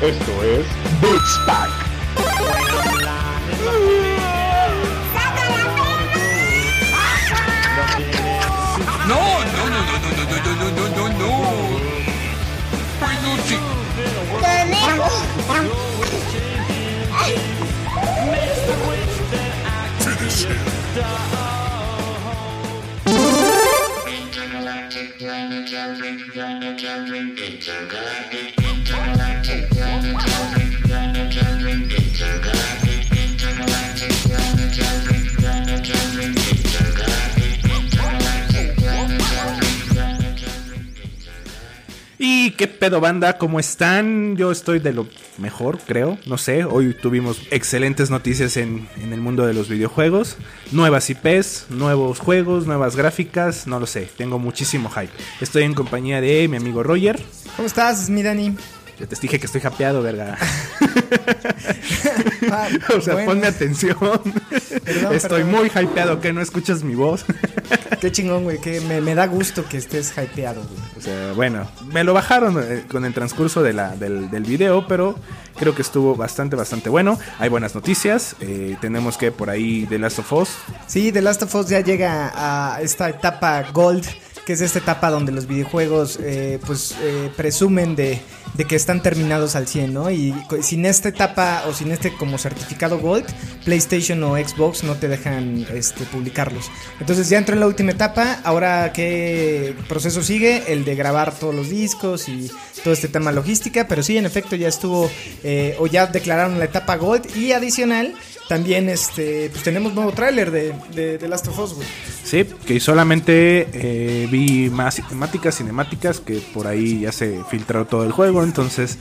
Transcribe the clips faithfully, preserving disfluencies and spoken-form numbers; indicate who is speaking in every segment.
Speaker 1: Esto es Beats Pack.
Speaker 2: No, no, no, no, no, no, no, no, no, no, no. Peluche. Finish him.
Speaker 3: Y qué pedo, banda, ¿cómo están? Yo estoy de lo mejor, creo, no sé. Hoy tuvimos excelentes noticias en, en el mundo de los videojuegos. Nuevas I Pes, nuevos juegos, nuevas gráficas, no lo sé. Tengo muchísimo hype. Estoy en compañía de mi amigo Roger.
Speaker 4: ¿Cómo estás, es mi Dani?
Speaker 3: Ya te dije que estoy hypeado, verga.
Speaker 4: Ah,
Speaker 3: o sea,
Speaker 4: bueno.
Speaker 3: ponme atención.
Speaker 4: Perdón,
Speaker 3: Estoy
Speaker 4: perdón.
Speaker 3: muy hypeado, ¿que no escuchas mi voz?
Speaker 4: Qué chingón, güey, que me, me da gusto que estés hypeado, güey.
Speaker 3: O sea, bueno, me lo bajaron eh, con el transcurso de la, del, del video, pero creo que estuvo bastante, bastante bueno. Hay buenas noticias. Eh, tenemos que por ahí The Last of Us.
Speaker 4: Sí, The Last of Us ya llega a esta etapa Gold, que es esta etapa donde los videojuegos eh, pues eh, presumen de, de que están terminados al cien, ¿no? Y sin esta etapa o sin este como certificado Gold, PlayStation o Xbox no te dejan este, publicarlos. Entonces ya entró en la última etapa. Ahora, ¿qué proceso sigue? El de grabar todos los discos y todo este tema logística. Pero sí, en efecto, ya estuvo eh, o ya declararon la etapa Gold. Y adicional, también este pues tenemos nuevo tráiler de, de, de Last of Us, güey.
Speaker 3: Sí, que solamente eh, vi más cinemáticas, cinemáticas, que por ahí ya se filtró todo el juego, entonces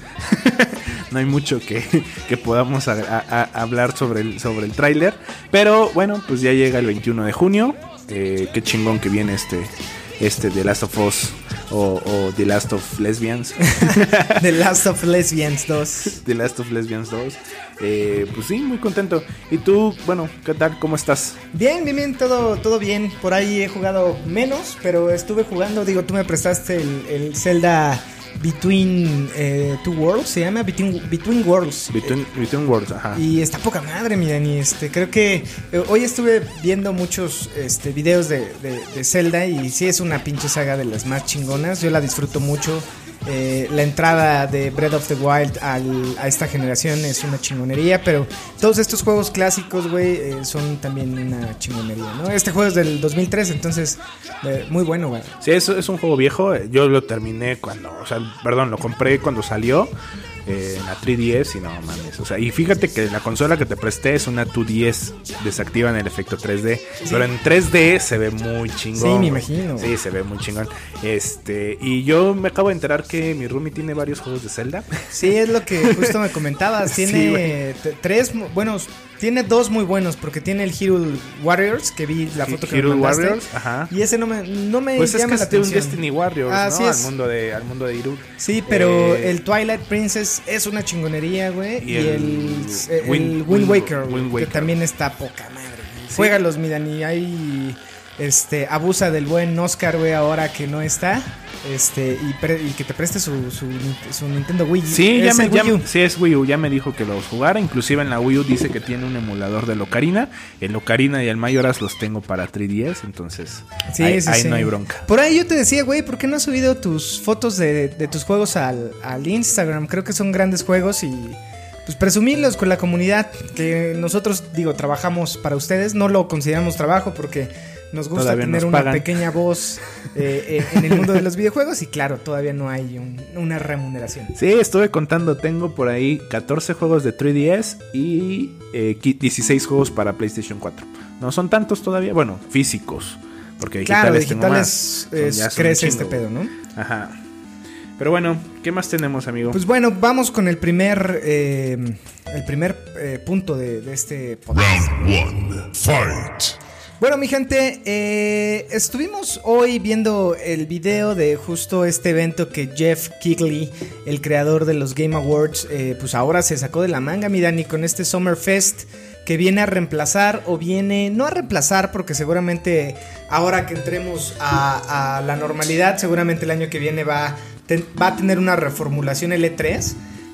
Speaker 3: no hay mucho que, que podamos a, a, a hablar sobre el, sobre el tráiler. Pero bueno, pues ya llega el veintiuno de junio, eh, qué chingón que viene este, este The Last of Us o, o The Last of Lesbians.
Speaker 4: The Last of Lesbians dos.
Speaker 3: The Last of Lesbians dos. Eh, pues sí, muy contento. ¿Y tú, bueno, qué tal? ¿Cómo estás?
Speaker 4: Bien, bien, bien, todo, todo bien. Por ahí he jugado menos, pero estuve jugando. Digo, tú me prestaste el, el Zelda Between eh, Two Worlds, se llama Between, Between Worlds.
Speaker 3: Between, Between Worlds, ajá.
Speaker 4: Y está poca madre, mi Dani. Este, creo que eh, hoy estuve viendo muchos este, videos de, de, de Zelda y sí es una pinche saga de las más chingonas. Yo la disfruto mucho. Eh, la entrada de Breath of the Wild al, a esta generación es una chingonería, pero todos estos juegos clásicos, güey, eh, son también una chingonería, ¿no? Este juego es del dos mil tres, entonces eh, muy bueno, güey.
Speaker 3: Sí, es, es un juego viejo. Yo lo terminé cuando, o sea, perdón, lo compré cuando salió eh, en la tres D S y no mames. O sea, y fíjate que la consola que te presté es una dos D S, desactivan el efecto tres D, sí. Pero en tres D se ve muy chingón.
Speaker 4: Sí, me imagino.
Speaker 3: Sí, se ve muy chingón. Este, y yo me acabo de enterar que mi roomie tiene varios juegos de Zelda.
Speaker 4: Sí, es lo que justo me comentabas. Tiene sí, t- tres buenos. Tiene dos muy buenos, porque tiene el Hyrule Warriors, que vi la foto que
Speaker 3: Hyrule
Speaker 4: me mandaste.
Speaker 3: Warriors, ajá.
Speaker 4: Y ese no me, no me
Speaker 3: pues
Speaker 4: llama
Speaker 3: es que
Speaker 4: la
Speaker 3: es de un
Speaker 4: atención.
Speaker 3: Destiny Warriors,
Speaker 4: ah,
Speaker 3: ¿no?
Speaker 4: Sí
Speaker 3: al
Speaker 4: es.
Speaker 3: mundo de al mundo de Hyrule.
Speaker 4: Sí, pero
Speaker 3: eh,
Speaker 4: el Twilight Princess es una chingonería, güey. Y, y el, el, el
Speaker 3: Wind,
Speaker 4: Wind Waker,
Speaker 3: Wind Waker,
Speaker 4: que también está poca madre.
Speaker 3: Sí.
Speaker 4: Juégalos, miran, y ahí este abusa del buen Oscar, güey, ahora que no está. Este, y, pre, y que te preste su, su, su Nintendo Wii U.
Speaker 3: Sí, ya me,
Speaker 4: Wii U.
Speaker 3: Ya, sí, es Wii U, ya me dijo que los jugara. Inclusive en la Wii U dice que tiene un emulador del Ocarina. El Ocarina y el Majora's los tengo para tres D S, entonces
Speaker 4: sí,
Speaker 3: ahí,
Speaker 4: sí,
Speaker 3: ahí
Speaker 4: sí.
Speaker 3: no hay bronca.
Speaker 4: Por ahí yo te decía, güey, ¿por qué no has subido tus fotos de, de tus juegos al, al Instagram? Creo que son grandes juegos y pues presumirlos con la comunidad, que nosotros, digo, trabajamos para ustedes. No lo consideramos trabajo porque nos gusta
Speaker 3: todavía
Speaker 4: tener
Speaker 3: nos
Speaker 4: una
Speaker 3: pagan.
Speaker 4: pequeña voz eh, eh, en el mundo de los videojuegos y claro, todavía no hay un, una remuneración.
Speaker 3: Sí, estuve contando, tengo por ahí catorce juegos de tres D S y eh, dieciséis juegos para PlayStation cuatro. No son tantos todavía, bueno, físicos, porque digitales,
Speaker 4: claro, digitales tengo más. Es, crece este pedo, ¿no?
Speaker 3: Ajá. Pero bueno, ¿qué más tenemos, amigo?
Speaker 4: Pues bueno, vamos con el primer eh, el primer eh, punto de, de este podcast.
Speaker 2: Round one, fight.
Speaker 4: Bueno, mi gente, eh, estuvimos hoy viendo el video de justo este evento que Jeff Keighley, el creador de los Game Awards, eh, pues ahora se sacó de la manga, mi Dani, con este Summer Fest que viene a reemplazar o viene, no a reemplazar porque seguramente ahora que entremos a, a la normalidad, seguramente el año que viene va, ten, va a tener una reformulación el E tres.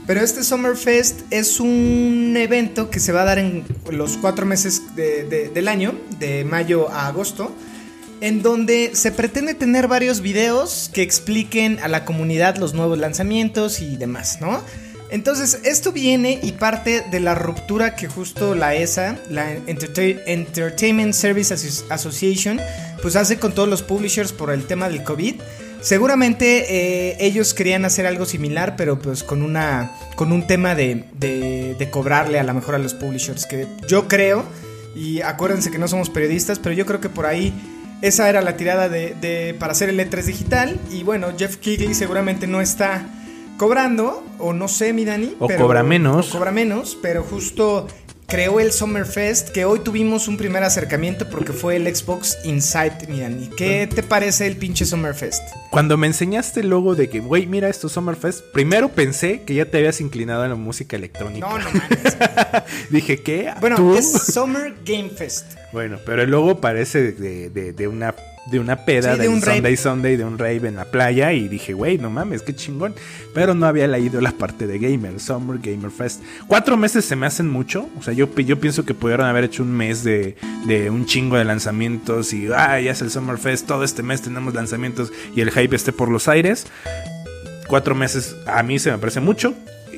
Speaker 4: Pero este Summerfest es un evento que se va a dar en los cuatro meses de, de, del año, de mayo a agosto, en donde se pretende tener varios videos que expliquen a la comunidad los nuevos lanzamientos y demás, ¿no? Entonces, esto viene y parte de la ruptura que justo la E S A, la Entertain- Entertainment Service Association, pues hace con todos los publishers por el tema del COVID. Seguramente eh, ellos querían hacer algo similar, pero pues con una con un tema de, de, de cobrarle a lo mejor a los publishers, que yo creo, y acuérdense que no somos periodistas, pero yo creo que por ahí esa era la tirada de, de para hacer el E tres digital. Y bueno, Jeff Keighley seguramente no está cobrando, o no sé, mi Dani,
Speaker 3: o
Speaker 4: pero,
Speaker 3: cobra menos,
Speaker 4: o cobra menos, pero justo creó el Summerfest, que hoy tuvimos un primer acercamiento porque fue el Xbox Insight, mi Dani. ¿Qué te parece el pinche Summerfest?
Speaker 3: Cuando me enseñaste el logo de que, güey, mira esto Summerfest, primero pensé que ya te habías inclinado a la música electrónica.
Speaker 4: No, no mames.
Speaker 3: Dije, ¿qué?
Speaker 4: Bueno,
Speaker 3: ¿Tú?
Speaker 4: es Summer Game Fest.
Speaker 3: Bueno, pero el logo parece de, de, de una de una peda,
Speaker 4: sí, de
Speaker 3: de
Speaker 4: un
Speaker 3: Sunday
Speaker 4: rave.
Speaker 3: Sunday, de un rave en la playa, y dije, güey, no mames, qué chingón. Pero no había leído la parte de Gamer, Summer Gamer Fest. Cuatro meses se me hacen mucho, o sea, yo, yo pienso que pudieron haber hecho un mes de, de un chingo de lanzamientos y, ah, ya es el Summer Fest, todo este mes tenemos lanzamientos y el hype esté por los aires. Cuatro meses a mí se me parece mucho.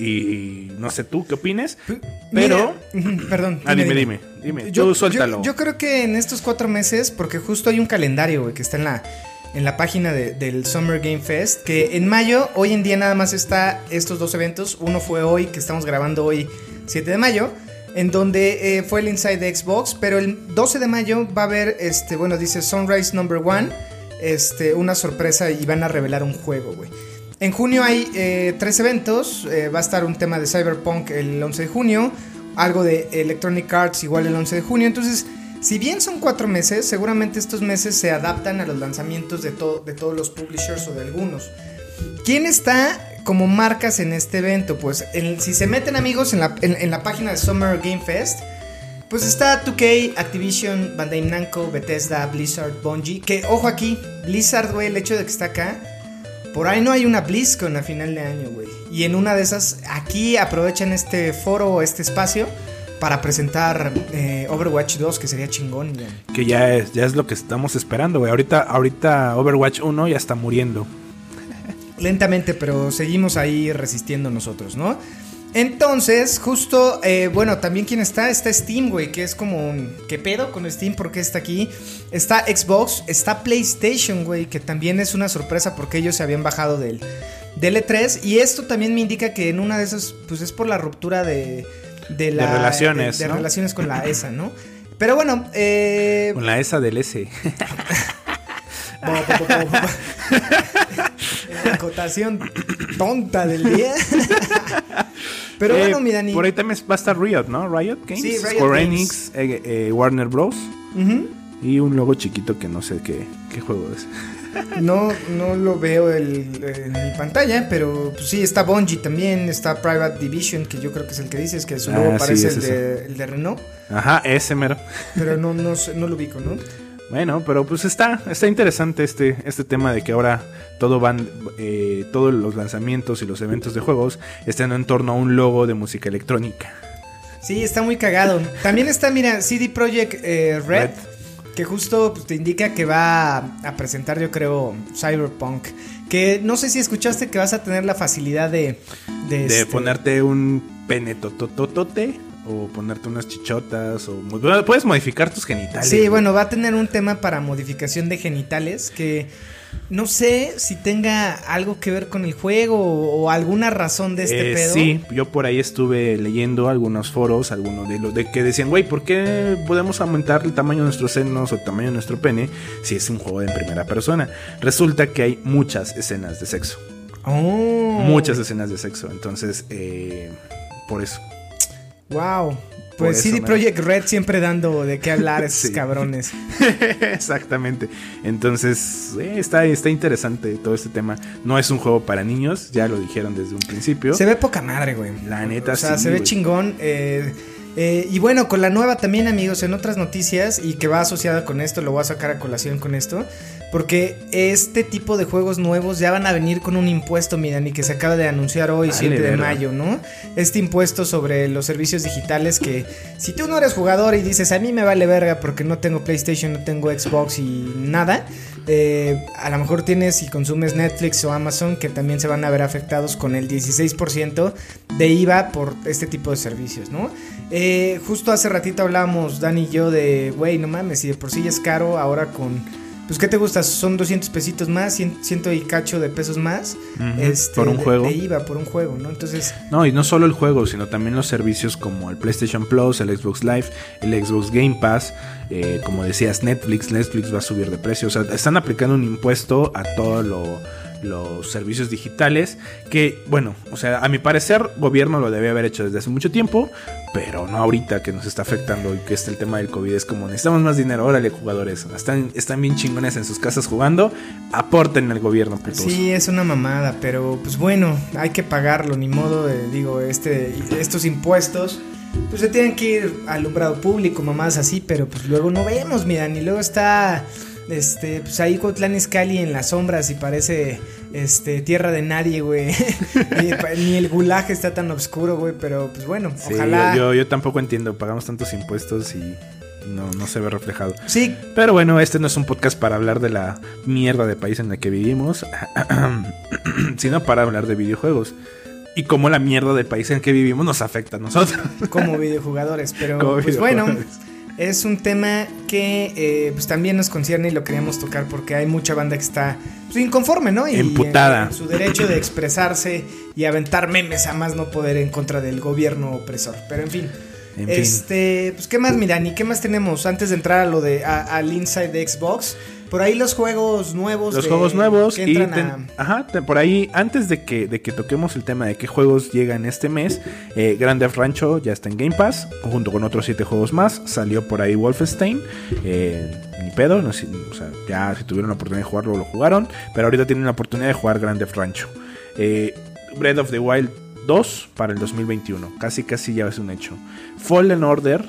Speaker 3: Y no sé tú qué opines, pero
Speaker 4: Mira, perdón.
Speaker 3: Ah, dime, dime, dime,
Speaker 4: Yo,
Speaker 3: tú suéltalo.
Speaker 4: Yo, yo creo que en estos cuatro meses, porque justo hay un calendario, güey, que está en la, en la página de, del Summer Game Fest, que en mayo, hoy en día nada más está estos dos eventos. Uno fue hoy, que estamos grabando hoy, siete de mayo, en donde eh, fue el Inside de Xbox, pero el doce de mayo va a haber, este, bueno, dice Sunrise Number One, este, una sorpresa y van a revelar un juego, güey. En junio hay eh, tres eventos, eh, va a estar un tema de Cyberpunk el once de junio, algo de Electronic Arts igual el once de junio, entonces, si bien son cuatro meses, seguramente estos meses se adaptan a los lanzamientos de, to- de todos los publishers o de algunos. ¿Quién está como marcas en este evento? Pues en, si se meten, amigos, en la, en, en la página de Summer Game Fest, pues está dos K, Activision, Bandai Namco, Bethesda, Blizzard, Bungie, que ojo aquí, Blizzard, güey, el hecho de que está acá, por ahí no hay una BlizzCon a final de año, güey. Y en una de esas, aquí aprovechan este foro o este espacio para presentar eh, Overwatch dos, que sería chingón, güey.
Speaker 3: Que ya es, ya es lo que estamos esperando, güey. Ahorita, ahorita Overwatch uno ya está muriendo.
Speaker 4: Lentamente, pero seguimos ahí resistiendo nosotros, ¿no? Entonces, justo, eh, bueno, también quien está, está Steam, güey, que es como un... ¿Qué pedo con Steam? ¿Por qué está aquí? Está Xbox, está PlayStation, güey, que también es una sorpresa porque ellos se habían bajado del, del E tres. Y esto también me indica que en una de esas, pues es por la ruptura de... De, la,
Speaker 3: de relaciones,
Speaker 4: de, de
Speaker 3: ¿no?
Speaker 4: relaciones con la E S A, ¿no? Pero bueno, eh...
Speaker 3: Con la E S A del S.
Speaker 4: La acotación tonta del día. Pero
Speaker 3: eh,
Speaker 4: bueno, mi Dani.
Speaker 3: Por ahí también va a estar Riot, ¿no? Riot Games,
Speaker 4: Sí, Riot
Speaker 3: Square
Speaker 4: Games.
Speaker 3: Enix, eh, eh, Warner Bros.
Speaker 4: Uh-huh.
Speaker 3: Y un logo chiquito que no sé qué, qué juego es.
Speaker 4: No, no lo veo el, en mi pantalla, pero pues, sí, está Bungie también, está Private Division, que yo creo que es el que dices, que su
Speaker 3: Ah,
Speaker 4: logo
Speaker 3: sí,
Speaker 4: parece
Speaker 3: es
Speaker 4: el, de, el de Renault,
Speaker 3: Ajá, ese mero.
Speaker 4: pero no, no, sé, no lo ubico, ¿no?
Speaker 3: Bueno, pero pues está, está interesante este, este tema de que ahora todo van, eh, todos los lanzamientos y los eventos de juegos están en torno a un logo de música electrónica.
Speaker 4: Sí, está muy cagado. También está, mira, C D Projekt eh, Red,
Speaker 3: Red.
Speaker 4: que justo pues, te indica que va a, a presentar, yo creo, Cyberpunk. Que no sé si escuchaste que vas a tener la facilidad de... De,
Speaker 3: De
Speaker 4: este,
Speaker 3: ponerte un pene totototote o ponerte unas chichotas o puedes modificar tus genitales.
Speaker 4: Sí,
Speaker 3: güey.
Speaker 4: bueno, va a tener un tema para modificación de genitales que no sé si tenga algo que ver con el juego o, o alguna razón de este
Speaker 3: Eh,
Speaker 4: pedo.
Speaker 3: Sí, yo por ahí estuve leyendo algunos foros, algunos de los de que decían, güey, ¿por qué podemos aumentar el tamaño de nuestros senos o el tamaño de nuestro pene si es un juego en primera persona? Resulta que hay muchas escenas de sexo.
Speaker 4: Oh.
Speaker 3: Muchas escenas de sexo, entonces, eh, por eso.
Speaker 4: Wow.
Speaker 3: Por
Speaker 4: Pues
Speaker 3: eso,
Speaker 4: C D
Speaker 3: man.
Speaker 4: Projekt Red siempre dando de qué hablar esos
Speaker 3: Sí.
Speaker 4: cabrones.
Speaker 3: Exactamente. Entonces, eh, está, está interesante todo este tema. No es un juego para niños, ya lo dijeron desde un principio.
Speaker 4: Se ve poca madre, güey.
Speaker 3: La neta,
Speaker 4: O sea,
Speaker 3: sí,
Speaker 4: se ve
Speaker 3: güey.
Speaker 4: chingón. Eh, eh, y bueno, con la nueva también, amigos, en otras noticias y que va asociada con esto, lo voy a sacar a colación con esto. porque este tipo de juegos nuevos ya van a venir con un impuesto, miren, y que se acaba de anunciar hoy,
Speaker 3: Dale,
Speaker 4: siete de
Speaker 3: verga.
Speaker 4: mayo, ¿no? Este impuesto sobre los servicios digitales que si tú no eres jugador y dices, a mí me vale verga porque no tengo PlayStation, no tengo Xbox y nada, eh, a lo mejor tienes y consumes Netflix o Amazon, que también se van a ver afectados con el dieciséis por ciento de I V A por este tipo de servicios, ¿no? Eh, justo hace ratito hablábamos, Dani y yo, de, güey, no mames, si de por sí ya es caro, ahora con, pues, ¿qué te gusta? Son doscientos pesitos más, cien, ciento y cacho de pesos más,
Speaker 3: Uh-huh,
Speaker 4: este,
Speaker 3: por un
Speaker 4: de,
Speaker 3: juego.
Speaker 4: de I V A, por un juego, ¿no? Entonces,
Speaker 3: No, y no solo el juego, sino también los servicios como el PlayStation Plus, el Xbox Live, el Xbox Game Pass, eh, como decías, Netflix, Netflix va a subir de precio. O sea, están aplicando un impuesto a todos lo, los servicios digitales que, bueno, o sea, a mi parecer, gobierno lo debe haber hecho desde hace mucho tiempo, pero no ahorita que nos está afectando y que está el tema del COVID. Es como, necesitamos más dinero, órale, jugadores, están, están bien chingones en sus casas jugando, aporten al gobierno, putos.
Speaker 4: sí, es una mamada, pero pues bueno, hay que pagarlo, ni modo de, digo, este, estos impuestos, pues se tienen que ir al alumbrado público, mamadas así, pero pues luego no vemos, miran, y luego está, este, pues ahí Cuautitlán Izcalli en las sombras y parece, este, tierra de nadie, güey, ni, ni el gulag está tan oscuro, güey, pero pues bueno,
Speaker 3: Sí,
Speaker 4: ojalá.
Speaker 3: yo, yo tampoco entiendo, pagamos tantos impuestos y no, no se ve reflejado.
Speaker 4: Sí,
Speaker 3: Pero bueno, este no es un podcast para hablar de la mierda de país en el que vivimos, sino para hablar de videojuegos. Y cómo la mierda del país en el que vivimos nos afecta a nosotros.
Speaker 4: como videojugadores, pero
Speaker 3: Como
Speaker 4: pues bueno,
Speaker 3: videojuegos.
Speaker 4: es un tema que eh, pues también nos concierne y lo queríamos tocar porque hay mucha banda que está pues, inconforme, ¿no? Y
Speaker 3: Emputada.
Speaker 4: En, en su derecho de expresarse y aventar memes a más no poder en contra del gobierno opresor, pero en fin.
Speaker 3: En fin.
Speaker 4: Este, pues qué más, Mirani, qué más tenemos antes de entrar a lo de a- al Inside de Xbox. Por ahí los juegos nuevos.
Speaker 3: Los
Speaker 4: de-
Speaker 3: juegos nuevos
Speaker 4: que
Speaker 3: y
Speaker 4: entran
Speaker 3: ten-
Speaker 4: a-
Speaker 3: ajá, te- por ahí antes de que, de que toquemos el tema de qué juegos llegan este mes, eh, Grand Theft Rancho ya está en Game Pass junto con otros siete juegos más. Salió por ahí Wolfenstein, eh, ni pedo, no sé, o sea, ya si tuvieron la oportunidad de jugarlo lo jugaron, pero ahorita tienen la oportunidad de jugar Grand Theft Rancho. Eh, Breath of the Wild dos para el dos mil veintiuno, casi casi ya es un hecho. Fallen Order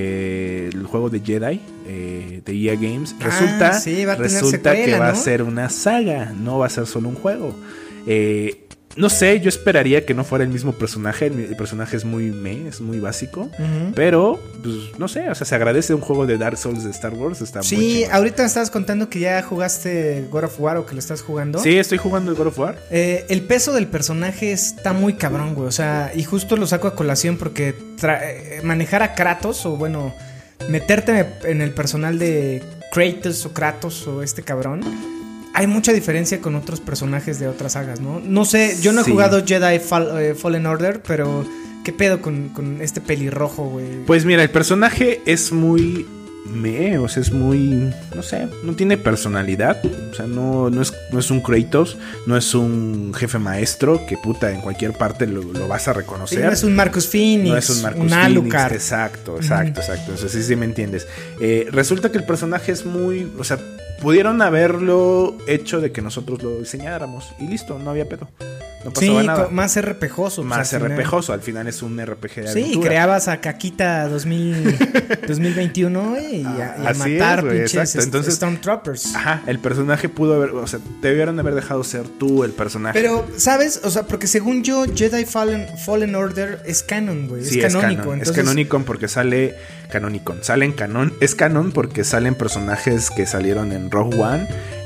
Speaker 3: del juego de Jedi eh, de E A Games,
Speaker 4: Ah,
Speaker 3: resulta,
Speaker 4: sí, va a tener
Speaker 3: resulta que
Speaker 4: secuela,
Speaker 3: va a
Speaker 4: ¿no?
Speaker 3: ser una saga, no va a ser solo un juego. Eh, no sé, yo esperaría que no fuera el mismo personaje. El, el personaje es muy meh, es muy básico.
Speaker 4: Ujú.
Speaker 3: Pero, pues, no sé, o sea, se agradece un juego de Dark Souls de Star Wars. Está muy
Speaker 4: Sí,
Speaker 3: chingón.
Speaker 4: ahorita me estabas contando que ya jugaste God of War o que lo estás jugando.
Speaker 3: Sí, estoy jugando el God of War.
Speaker 4: Eh, el peso del personaje está muy cabrón, güey. O sea, y justo lo saco a colación porque tra- eh, manejar a Kratos, o bueno, meterte en el personal de Kratos o Kratos o este cabrón, hay mucha diferencia con otros personajes de otras sagas, ¿no? No sé, yo no he
Speaker 3: Sí.
Speaker 4: jugado Jedi Fall- eh, Fallen Order, pero ¿qué pedo con, con este pelirrojo, güey?
Speaker 3: Pues mira, el personaje es muy meh, o sea, es muy, no sé, no tiene personalidad. O sea, no, no, es, no es un Kratos, no es un jefe maestro que puta en cualquier parte lo, lo vas a
Speaker 4: Sí,
Speaker 3: reconocer.
Speaker 4: no es un Marcus Phoenix,
Speaker 3: No es un Marcus
Speaker 4: un
Speaker 3: Phoenix,
Speaker 4: Alucard.
Speaker 3: exacto, exacto, exacto. O sea, sí, sí me entiendes. Eh, resulta que el personaje es muy, o sea, pudieron haberlo hecho de que nosotros lo diseñáramos y listo, no había pedo. No
Speaker 4: Sí,
Speaker 3: pasaba nada.
Speaker 4: co- más RPGoso.
Speaker 3: Más
Speaker 4: pues, al final.
Speaker 3: RPGoso, al final es un R P G de
Speaker 4: Sí, y
Speaker 3: aventura.
Speaker 4: creabas a Caquita dos mil, dos mil veintiuno y a, y a
Speaker 3: Así
Speaker 4: matar
Speaker 3: es, güey,
Speaker 4: pinches
Speaker 3: exacto.
Speaker 4: este,
Speaker 3: Entonces-
Speaker 4: Stormtroopers.
Speaker 3: Ajá, el personaje pudo haber, o sea, debieron haber dejado ser tú el personaje.
Speaker 4: Pero, ¿sabes? O sea, porque según yo, Jedi Fallen, Fallen Order es canon, güey.
Speaker 3: Sí,
Speaker 4: es canónico.
Speaker 3: canon.
Speaker 4: Entonces,
Speaker 3: Es canónico porque sale Canonicon. Sale en canon. Es canon porque salen personajes que salieron en Rogue One.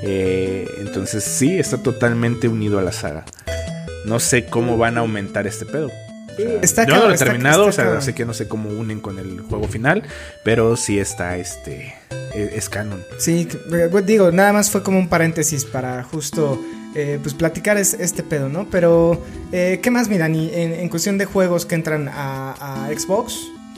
Speaker 3: Eh, entonces sí, está totalmente unido a la saga. No sé cómo van a aumentar este pedo. O sea,
Speaker 4: Está
Speaker 3: yo no
Speaker 4: cabrón,
Speaker 3: lo he
Speaker 4: está-
Speaker 3: terminado,
Speaker 4: está
Speaker 3: o sea,
Speaker 4: cabrón.
Speaker 3: así que no sé cómo unen con el juego final, pero sí está este es, es canon.
Speaker 4: Sí, eh, pues, digo, nada más fue como un paréntesis para justo eh, pues platicar es- este pedo, ¿no? Pero, eh, ¿qué más, Mirani? En, en cuestión de juegos que entran a, a Xbox.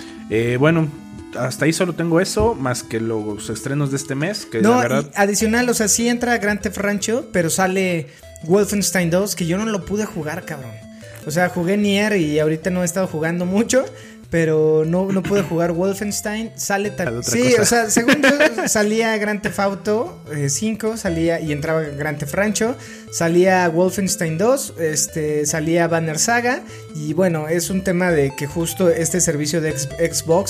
Speaker 3: Eh, bueno, hasta ahí solo tengo eso, más que los estrenos de este mes, que
Speaker 4: No,
Speaker 3: la verdad
Speaker 4: y adicional, o sea, sí entra Grand Theft Rancho, pero sale Wolfenstein dos, que yo no lo pude jugar, cabrón. O sea, jugué Nier y ahorita no he estado jugando mucho, pero no, no pude jugar Wolfenstein. Sale
Speaker 3: La
Speaker 4: tal.
Speaker 3: otra
Speaker 4: Sí,
Speaker 3: cosa.
Speaker 4: o sea, según yo, salía Grand Theft Auto eh, cinco, salía y entraba Grand Theft Rancho, salía Wolfenstein dos, este, salía Banner Saga. Y bueno, es un tema de que justo este servicio de ex- Xbox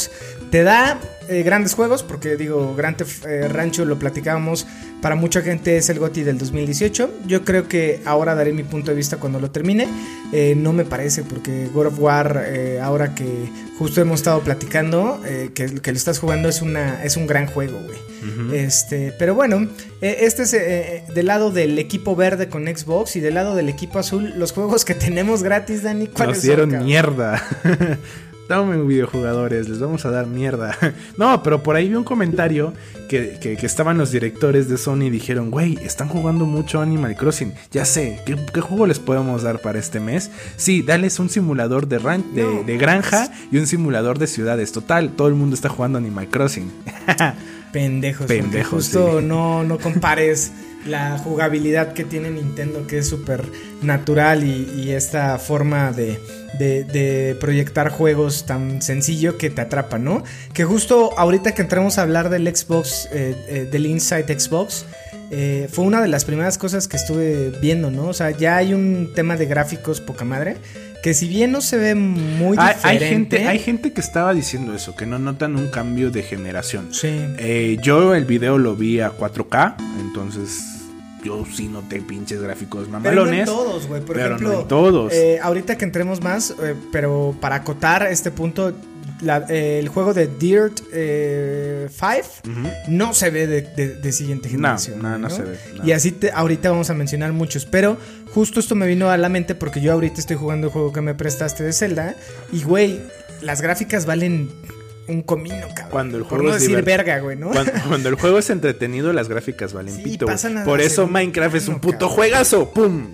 Speaker 4: te da eh, grandes juegos, porque digo, Grand Theft eh, Rancho lo platicábamos, para mucha gente es el GOTY del dos mil dieciocho. Yo creo que ahora daré mi punto de vista cuando lo termine. Eh, no me parece, porque God of War, eh, ahora que justo hemos estado platicando, eh, que, que lo estás jugando, es una es un gran juego, güey. Uh-huh. Este, pero bueno, eh, este es eh, del lado del equipo verde con Xbox, y del lado del equipo azul, los juegos que tenemos gratis, Dani, ¿cuáles
Speaker 3: Nos dieron
Speaker 4: son,
Speaker 3: mierda. Dame videojugadores, les vamos a dar mierda. No, pero por ahí vi un comentario que, que, que estaban los directores de Sony y dijeron, güey, están jugando mucho Animal Crossing. Ya sé, ¿qué, qué juego les podemos dar para este mes? Sí, dales un simulador de, ran- de, no, de granja y un simulador de ciudades. Total, todo el mundo está jugando Animal Crossing.
Speaker 4: Pendejos.
Speaker 3: Pendejos,
Speaker 4: justo
Speaker 3: sí.
Speaker 4: no, no compares la jugabilidad que tiene Nintendo, que es súper natural, y, y esta forma de, de, de proyectar juegos tan sencillo que te atrapa, ¿no? Que justo ahorita que entramos a hablar del Xbox, eh, eh, del Inside Xbox, eh, fue una de las primeras cosas que estuve viendo, ¿no? O sea, ya hay un tema de gráficos poca madre, que si bien no se ve muy
Speaker 3: hay,
Speaker 4: diferente...
Speaker 3: Hay gente, hay gente que estaba diciendo eso, que no notan un cambio de generación.
Speaker 4: Sí.
Speaker 3: Eh, yo el video lo vi a cuatro K, entonces yo sí noté pinches gráficos mamalones.
Speaker 4: Pero no en todos, güey. Por
Speaker 3: pero
Speaker 4: ejemplo,
Speaker 3: no en todos.
Speaker 4: Eh, ahorita que entremos más, eh, pero para acotar este punto... La, eh, el juego de Dirt eh, cinco uh-huh. no se ve de, de, de siguiente generación.
Speaker 3: No, no, no,
Speaker 4: ¿no?
Speaker 3: se ve. No.
Speaker 4: Y así te, ahorita vamos a mencionar muchos. Pero justo esto me vino a la mente porque yo ahorita estoy jugando el juego que me prestaste de Zelda. Y güey, las gráficas valen un comino, cabrón.
Speaker 3: Cuando el juego
Speaker 4: Por no
Speaker 3: es
Speaker 4: decir
Speaker 3: divert...
Speaker 4: verga, güey, ¿no?
Speaker 3: Cuando, cuando el juego es entretenido, las gráficas valen
Speaker 4: sí,
Speaker 3: pito.
Speaker 4: Por
Speaker 3: eso Minecraft es un puto cabrón. Juegazo. ¡Pum!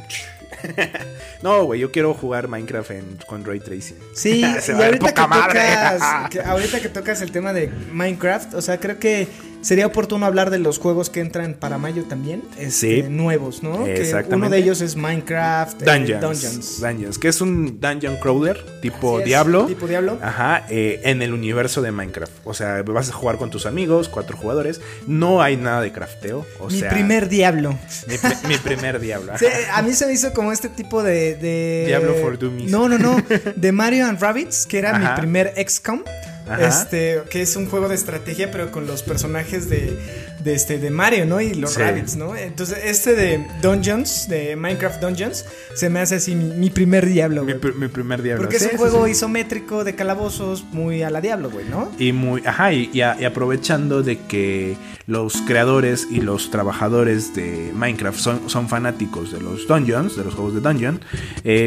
Speaker 3: No, güey, yo quiero jugar Minecraft en, con Ray Tracing.
Speaker 4: Sí, y ahorita que, tocas, que ahorita que tocas el tema de Minecraft, o sea, creo que sería oportuno hablar de los juegos que entran para mayo también, este, sí, nuevos, ¿no?
Speaker 3: Exactamente.
Speaker 4: Que uno de ellos es Minecraft
Speaker 3: Dungeons,
Speaker 4: eh, Dungeons.
Speaker 3: Dungeons, que es un dungeon crawler tipo Diablo.
Speaker 4: Tipo Diablo.
Speaker 3: Ajá, eh, en el universo de Minecraft. O sea, vas a jugar con tus amigos, cuatro jugadores. No hay nada de crafteo. O
Speaker 4: mi
Speaker 3: sea,
Speaker 4: primer Diablo.
Speaker 3: Mi, mi primer Diablo.
Speaker 4: Sí, a mí se me hizo como este tipo de, de...
Speaker 3: Diablo for Dummies.
Speaker 4: No, no, no. De Mario and Rabbids, que era
Speaker 3: Ajá.
Speaker 4: mi primer X COM.
Speaker 3: Ajá.
Speaker 4: Este, que es un juego de estrategia, pero con los personajes de, de este de Mario, ¿no? Y los sí. Rabbids, ¿no? Entonces, este de Dungeons, de Minecraft Dungeons, se me hace así mi, mi primer Diablo,
Speaker 3: güey. Mi, mi primer Diablo.
Speaker 4: Porque
Speaker 3: sí,
Speaker 4: es un
Speaker 3: sí,
Speaker 4: juego
Speaker 3: sí.
Speaker 4: isométrico de calabozos, muy a la Diablo, güey, ¿no?
Speaker 3: Y muy, ajá, y, y, a, y aprovechando de que los creadores y los trabajadores de Minecraft son, son fanáticos de los Dungeons, de los juegos de Dungeon, eh...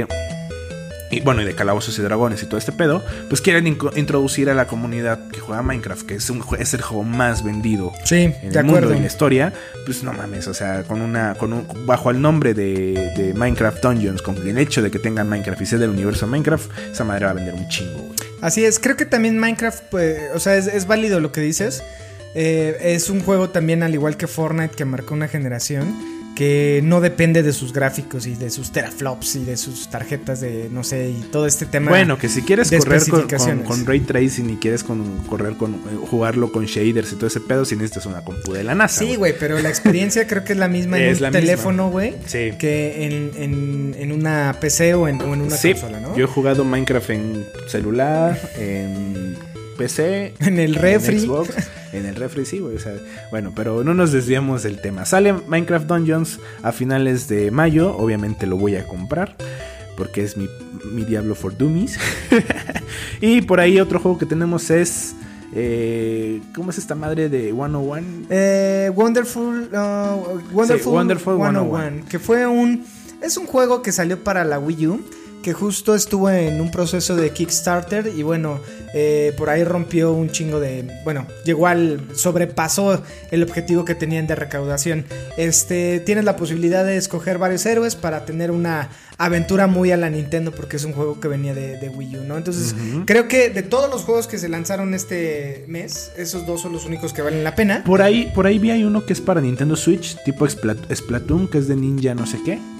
Speaker 3: y bueno, y de calabozos y dragones y todo este pedo, pues quieren inc- introducir a la comunidad que juega Minecraft, que es un es el juego más vendido
Speaker 4: sí,
Speaker 3: en
Speaker 4: de
Speaker 3: el
Speaker 4: acuerdo.
Speaker 3: mundo, en la historia. Pues no mames, o sea, con una con un, bajo el nombre de, de Minecraft Dungeons, con el hecho de que tengan Minecraft y sea del universo Minecraft, esa madre va a vender un chingo, güey.
Speaker 4: Así es, creo que también Minecraft, pues, o sea, es, es válido lo que dices. Eh, es un juego también, al igual que Fortnite, que marcó una generación, que no depende de sus gráficos y de sus teraflops y de sus tarjetas de, no sé, y todo este tema.
Speaker 3: Bueno, que si quieres correr con, con, con Ray Tracing y quieres con, correr con eh, jugarlo con shaders y todo ese pedo, si necesitas una compu de la NASA.
Speaker 4: Sí, güey, pero la experiencia creo que es la misma en
Speaker 3: es
Speaker 4: un teléfono, güey,
Speaker 3: sí.
Speaker 4: que en, en, en una P C o en, o en una
Speaker 3: sí,
Speaker 4: consola, ¿no?
Speaker 3: Yo he jugado Minecraft en celular, en P C,
Speaker 4: en el refri,
Speaker 3: en Xbox, en el refri, sí, güey. O sea, bueno, pero no nos desviamos del tema. Sale Minecraft Dungeons a finales de mayo. Obviamente lo voy a comprar porque es mi, mi Diablo for Dummies. Y por ahí otro juego que tenemos es eh, ¿cómo es esta madre de ciento uno?
Speaker 4: Eh, Wonderful, uh, Wonderful,
Speaker 3: sí, Wonderful
Speaker 4: ciento uno,
Speaker 3: ciento uno,
Speaker 4: que fue un es un juego que salió para la Wii U, que justo estuvo en un proceso de Kickstarter y bueno, eh, por ahí rompió un chingo de... Bueno, llegó al... sobrepasó el objetivo que tenían de recaudación. Este, tienes la posibilidad de escoger varios héroes para tener una aventura muy a la Nintendo, porque es un juego que venía de, de Wii U, ¿no? Entonces, uh-huh. creo que de todos los juegos que se lanzaron este mes, esos dos son los únicos que valen la pena.
Speaker 3: Por ahí, por ahí vi hay uno que es para Nintendo Switch, tipo Splat- Splatoon, que es de ninja no sé qué.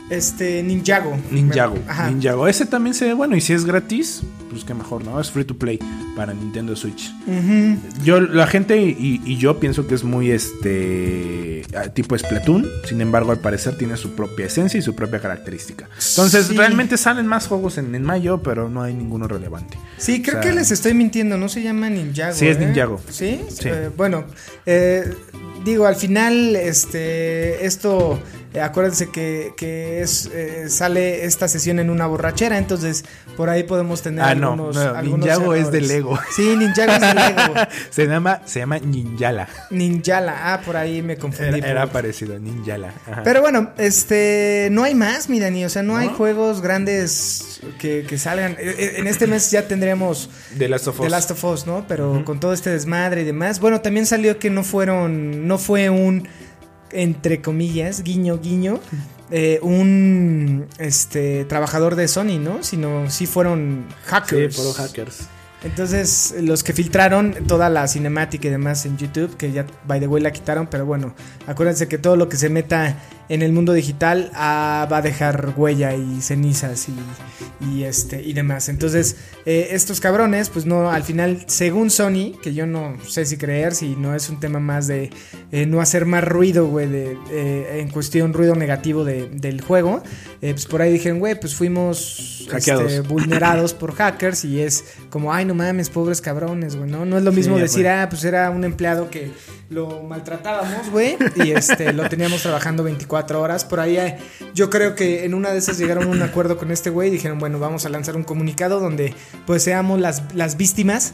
Speaker 4: Este, Ninjago.
Speaker 3: Ninjago.
Speaker 4: Ajá.
Speaker 3: Ninjago. Ese también se ve bueno. Y si es gratis, pues qué mejor, ¿no? Es free to play para Nintendo Switch.
Speaker 4: Uh-huh.
Speaker 3: Yo, la gente y, y yo pienso que es muy este tipo Splatoon. Sin embargo, al parecer tiene su propia esencia y su propia característica. Entonces,
Speaker 4: Sí.
Speaker 3: realmente salen más juegos en, en mayo, pero no hay ninguno relevante.
Speaker 4: Sí, creo
Speaker 3: O sea,
Speaker 4: que les estoy mintiendo, no se llama Ninjago.
Speaker 3: Sí, es
Speaker 4: ¿eh?
Speaker 3: Ninjago.
Speaker 4: ¿Sí?
Speaker 3: Sí.
Speaker 4: Eh, bueno, eh, digo, al final, este, esto, eh, acuérdense que, que es, eh, sale esta sesión en una borrachera, entonces por ahí podemos tener
Speaker 3: Ah, no,
Speaker 4: algunos,
Speaker 3: no,
Speaker 4: algunos
Speaker 3: Ninjago es de
Speaker 4: errores.
Speaker 3: Lego.
Speaker 4: Sí, Ninjago es de Lego.
Speaker 3: se llama, se llama Ninjala.
Speaker 4: Ninjala, ah, por ahí me confundí.
Speaker 3: Era, era
Speaker 4: por-
Speaker 3: parecido, Ninjala. Ajá.
Speaker 4: Pero bueno, este, no hay más, mi Dani, o sea, no,
Speaker 3: ¿No?
Speaker 4: hay juegos grandes que, que salgan. Eh, eh, En este mes ya tendremos
Speaker 3: The Last of Us.
Speaker 4: The Last of Us, ¿no? Pero con todo este desmadre y demás. Bueno, también salió que no fueron, no fue un, entre comillas, guiño, guiño, eh, un, este, trabajador de Sony, ¿no? Sino sí fueron hackers.
Speaker 3: Sí, fueron hackers.
Speaker 4: Entonces, los que filtraron toda la cinemática y demás en YouTube, que ya, by the way, la quitaron, pero bueno, acuérdense que todo lo que se meta en el mundo digital ah, va a dejar huella y cenizas y, y este y demás. Entonces, eh, estos cabrones, pues no, al final, según Sony, que yo no sé si creer, si no es un tema más de eh, no hacer más ruido, güey, de, eh, en cuestión ruido negativo de, del juego, eh, pues por ahí dijeron, güey, pues fuimos
Speaker 3: Hackeados.
Speaker 4: este, vulnerados por hackers y es como, ay, no mames, pobres cabrones, güey, ¿no? No es lo mismo
Speaker 3: Sí,
Speaker 4: decir,
Speaker 3: güey.
Speaker 4: ah, pues era un empleado que lo maltratábamos, güey, y este, lo teníamos trabajando veinticuatro horas. Por ahí eh, yo creo que en una de esas llegaron a un acuerdo con este güey y dijeron, bueno, vamos a lanzar un comunicado donde pues seamos las, las víctimas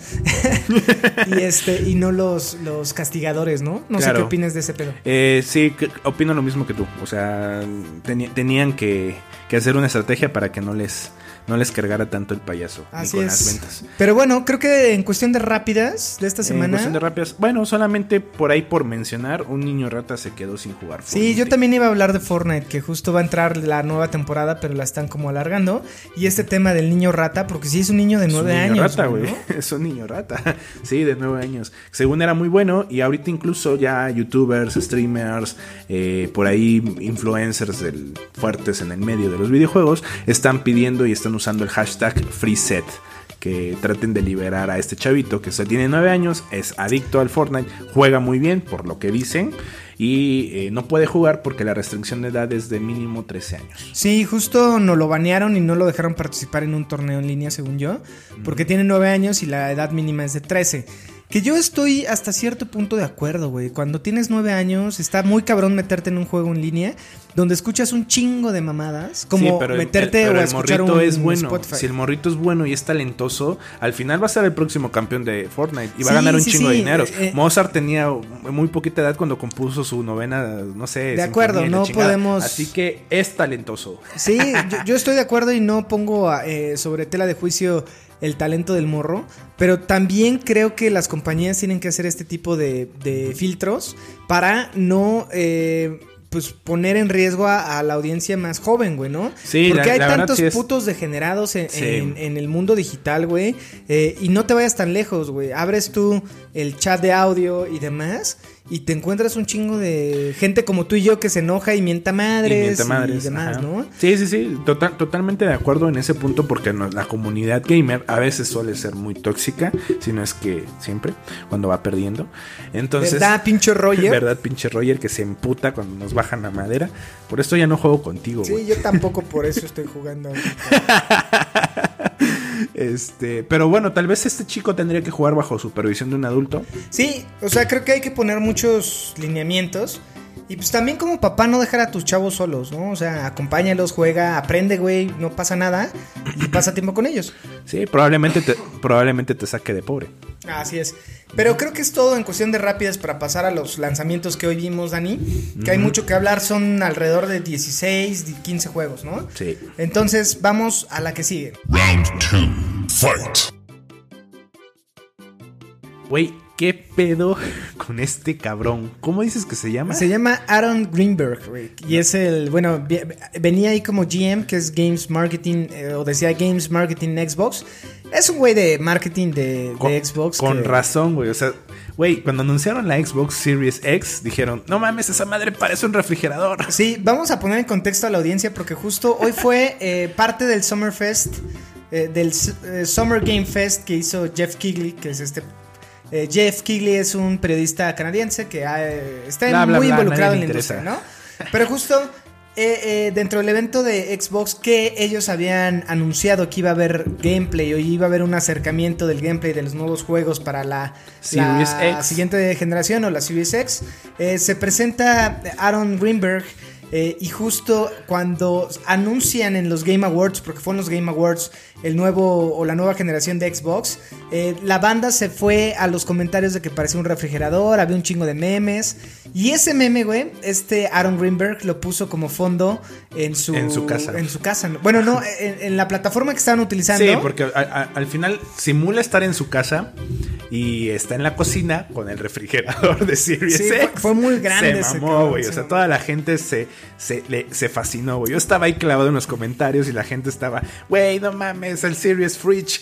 Speaker 4: y este y no los, los castigadores, ¿no? No
Speaker 3: Claro.
Speaker 4: sé qué opinas de ese pedo.
Speaker 3: Eh, sí, que- opino lo mismo que tú. O sea, teni- tenían que, que hacer una estrategia para que no les, no les cargara tanto el payaso ni
Speaker 4: Así
Speaker 3: con
Speaker 4: es.
Speaker 3: las ventas.
Speaker 4: Pero bueno, creo que en cuestión de rápidas de esta
Speaker 3: En
Speaker 4: semana.
Speaker 3: cuestión de rápidas, bueno, solamente por ahí por mencionar, un niño rata se quedó sin jugar
Speaker 4: Sí,
Speaker 3: Fortnite.
Speaker 4: yo también iba a hablar de Fortnite, que justo va a entrar la nueva temporada, pero la están como alargando. Y este tema del niño rata, porque sí es un niño de
Speaker 3: Es un
Speaker 4: nueve
Speaker 3: niño
Speaker 4: años.
Speaker 3: rata,
Speaker 4: güey,
Speaker 3: güey.
Speaker 4: ¿no?
Speaker 3: Es un niño rata. Sí, de nueve años. Según era muy bueno. Y ahorita incluso ya youtubers, streamers, eh, por ahí influencers del- fuertes en el medio de los videojuegos están pidiendo y están usando el hashtag FreeSet. Que traten de liberar a este chavito que solo tiene nueve años, es adicto al Fortnite, juega muy bien por lo que dicen. Y eh, no puede jugar porque la restricción de edad es de mínimo trece años.
Speaker 4: Sí, justo no lo banearon y no lo dejaron participar en un torneo en línea, según yo, porque tiene nueve años y la edad mínima es de trece. Que yo estoy hasta cierto punto de acuerdo, güey. Cuando tienes nueve años, está muy cabrón meterte en un juego en línea donde escuchas un chingo de mamadas, como
Speaker 3: Sí, pero el-
Speaker 4: meterte
Speaker 3: el, pero
Speaker 4: o a
Speaker 3: el
Speaker 4: escuchar
Speaker 3: morrito
Speaker 4: un
Speaker 3: es bueno.
Speaker 4: Spotify.
Speaker 3: Si el morrito es bueno y es talentoso, al final va a ser el próximo campeón de Fortnite y va
Speaker 4: Sí,
Speaker 3: a ganar un
Speaker 4: sí,
Speaker 3: chingo
Speaker 4: sí,
Speaker 3: de dinero.
Speaker 4: eh, eh.
Speaker 3: Mozart tenía muy poquita edad cuando compuso su novena, no sé.
Speaker 4: De
Speaker 3: sinfonía
Speaker 4: acuerdo,
Speaker 3: y la
Speaker 4: no
Speaker 3: chingada.
Speaker 4: podemos-
Speaker 3: Así que es talentoso.
Speaker 4: Sí, yo, yo estoy de acuerdo y no pongo eh, sobre tela de juicio el talento del morro, pero también creo que las compañías tienen que hacer este tipo de, de filtros para no eh, pues poner en riesgo a, a la audiencia más joven, güey, ¿no?
Speaker 3: Sí,
Speaker 4: porque
Speaker 3: la-
Speaker 4: hay
Speaker 3: la verdad
Speaker 4: tantos
Speaker 3: sí es-
Speaker 4: putos degenerados en,
Speaker 3: Sí.
Speaker 4: en- en el mundo digital, güey, eh, y no te vayas tan lejos, güey. Abres tú el chat de audio y demás y te encuentras un chingo de gente como tú y yo que se enoja y mienta madres y,
Speaker 3: Y mienta madres,
Speaker 4: demás,
Speaker 3: ajá.
Speaker 4: ¿no?
Speaker 3: Sí, sí, sí, total, totalmente de acuerdo en ese punto porque no- la comunidad gamer a veces suele ser muy tóxica, si no es que siempre, cuando va perdiendo. Entonces,
Speaker 4: ¿Verdad, pinche Roger?
Speaker 3: ¿Verdad, pinche Roger, que se emputa cuando nos bajan la madera? Por esto ya no juego contigo, güey.
Speaker 4: Sí, yo tampoco por eso estoy jugando.
Speaker 3: Este, pero bueno, tal vez este chico tendría que jugar bajo supervisión de un adulto.
Speaker 4: Sí, o sea, creo que hay que poner muchos lineamientos. Y pues también como papá no dejar a tus chavos solos, ¿no? O sea, acompáñalos, juega, aprende, güey, no pasa nada y pasa tiempo con ellos.
Speaker 3: Sí, probablemente te, probablemente te saque de pobre.
Speaker 4: Así es. Pero creo que es todo en cuestión de rápidas para pasar a los lanzamientos que hoy vimos, Dani. Que hay mucho que hablar, son alrededor de dieciséis, quince juegos, ¿no?
Speaker 3: Sí.
Speaker 4: Entonces vamos a la que sigue.
Speaker 2: Round two, fight.
Speaker 3: Güey, ¿qué pedo con este cabrón? ¿Cómo dices que se llama?
Speaker 4: Se llama Aaron Greenberg, güey. Y es el, bueno, vi- venía ahí como G M, que es Games Marketing, eh, o decía Games Marketing Xbox. Es un güey de marketing de, de
Speaker 3: Con,
Speaker 4: Xbox.
Speaker 3: con
Speaker 4: que-
Speaker 3: razón, güey. O sea, güey, cuando anunciaron la Xbox Series X, dijeron, no mames, esa madre parece un refrigerador.
Speaker 4: Sí, vamos a poner en contexto a la audiencia porque justo hoy fue eh, parte del Summerfest, eh, del eh, Summer Game Fest que hizo Jeff Keighley, que es este... Eh, Jeff Keighley es un periodista canadiense que eh, está
Speaker 3: bla, bla,
Speaker 4: muy
Speaker 3: bla,
Speaker 4: involucrado en la
Speaker 3: interesa.
Speaker 4: industria, ¿no? Pero justo eh, eh, dentro del evento de Xbox que ellos habían anunciado que iba a haber gameplay o iba a haber un acercamiento del gameplay de los nuevos juegos para la,
Speaker 3: Series
Speaker 4: la
Speaker 3: X.
Speaker 4: siguiente generación o la Series X, eh, se presenta Aaron Greenberg. Eh, y justo cuando anuncian en los Game Awards, porque fueron los Game Awards, el nuevo o la nueva generación de Xbox, eh, la banda se fue a los comentarios de que parecía un refrigerador, había un chingo de memes. Y ese meme, güey, este Aaron Greenberg lo puso como fondo en su,
Speaker 3: En su casa.
Speaker 4: En su casa. Bueno, no, en, en la plataforma que estaban utilizando.
Speaker 3: Sí, porque a, a, al final simula estar en su casa y está en la cocina con el refrigerador de Series
Speaker 4: Sí,
Speaker 3: X.
Speaker 4: fue, fue muy grande.
Speaker 3: Se
Speaker 4: ese
Speaker 3: mamó,
Speaker 4: cabrón,
Speaker 3: güey.
Speaker 4: se
Speaker 3: O sea,
Speaker 4: mamó.
Speaker 3: toda la gente se, se, le, se fascinó, güey. Yo estaba ahí clavado en los comentarios y la gente estaba, güey, no mames, el Series Fridge.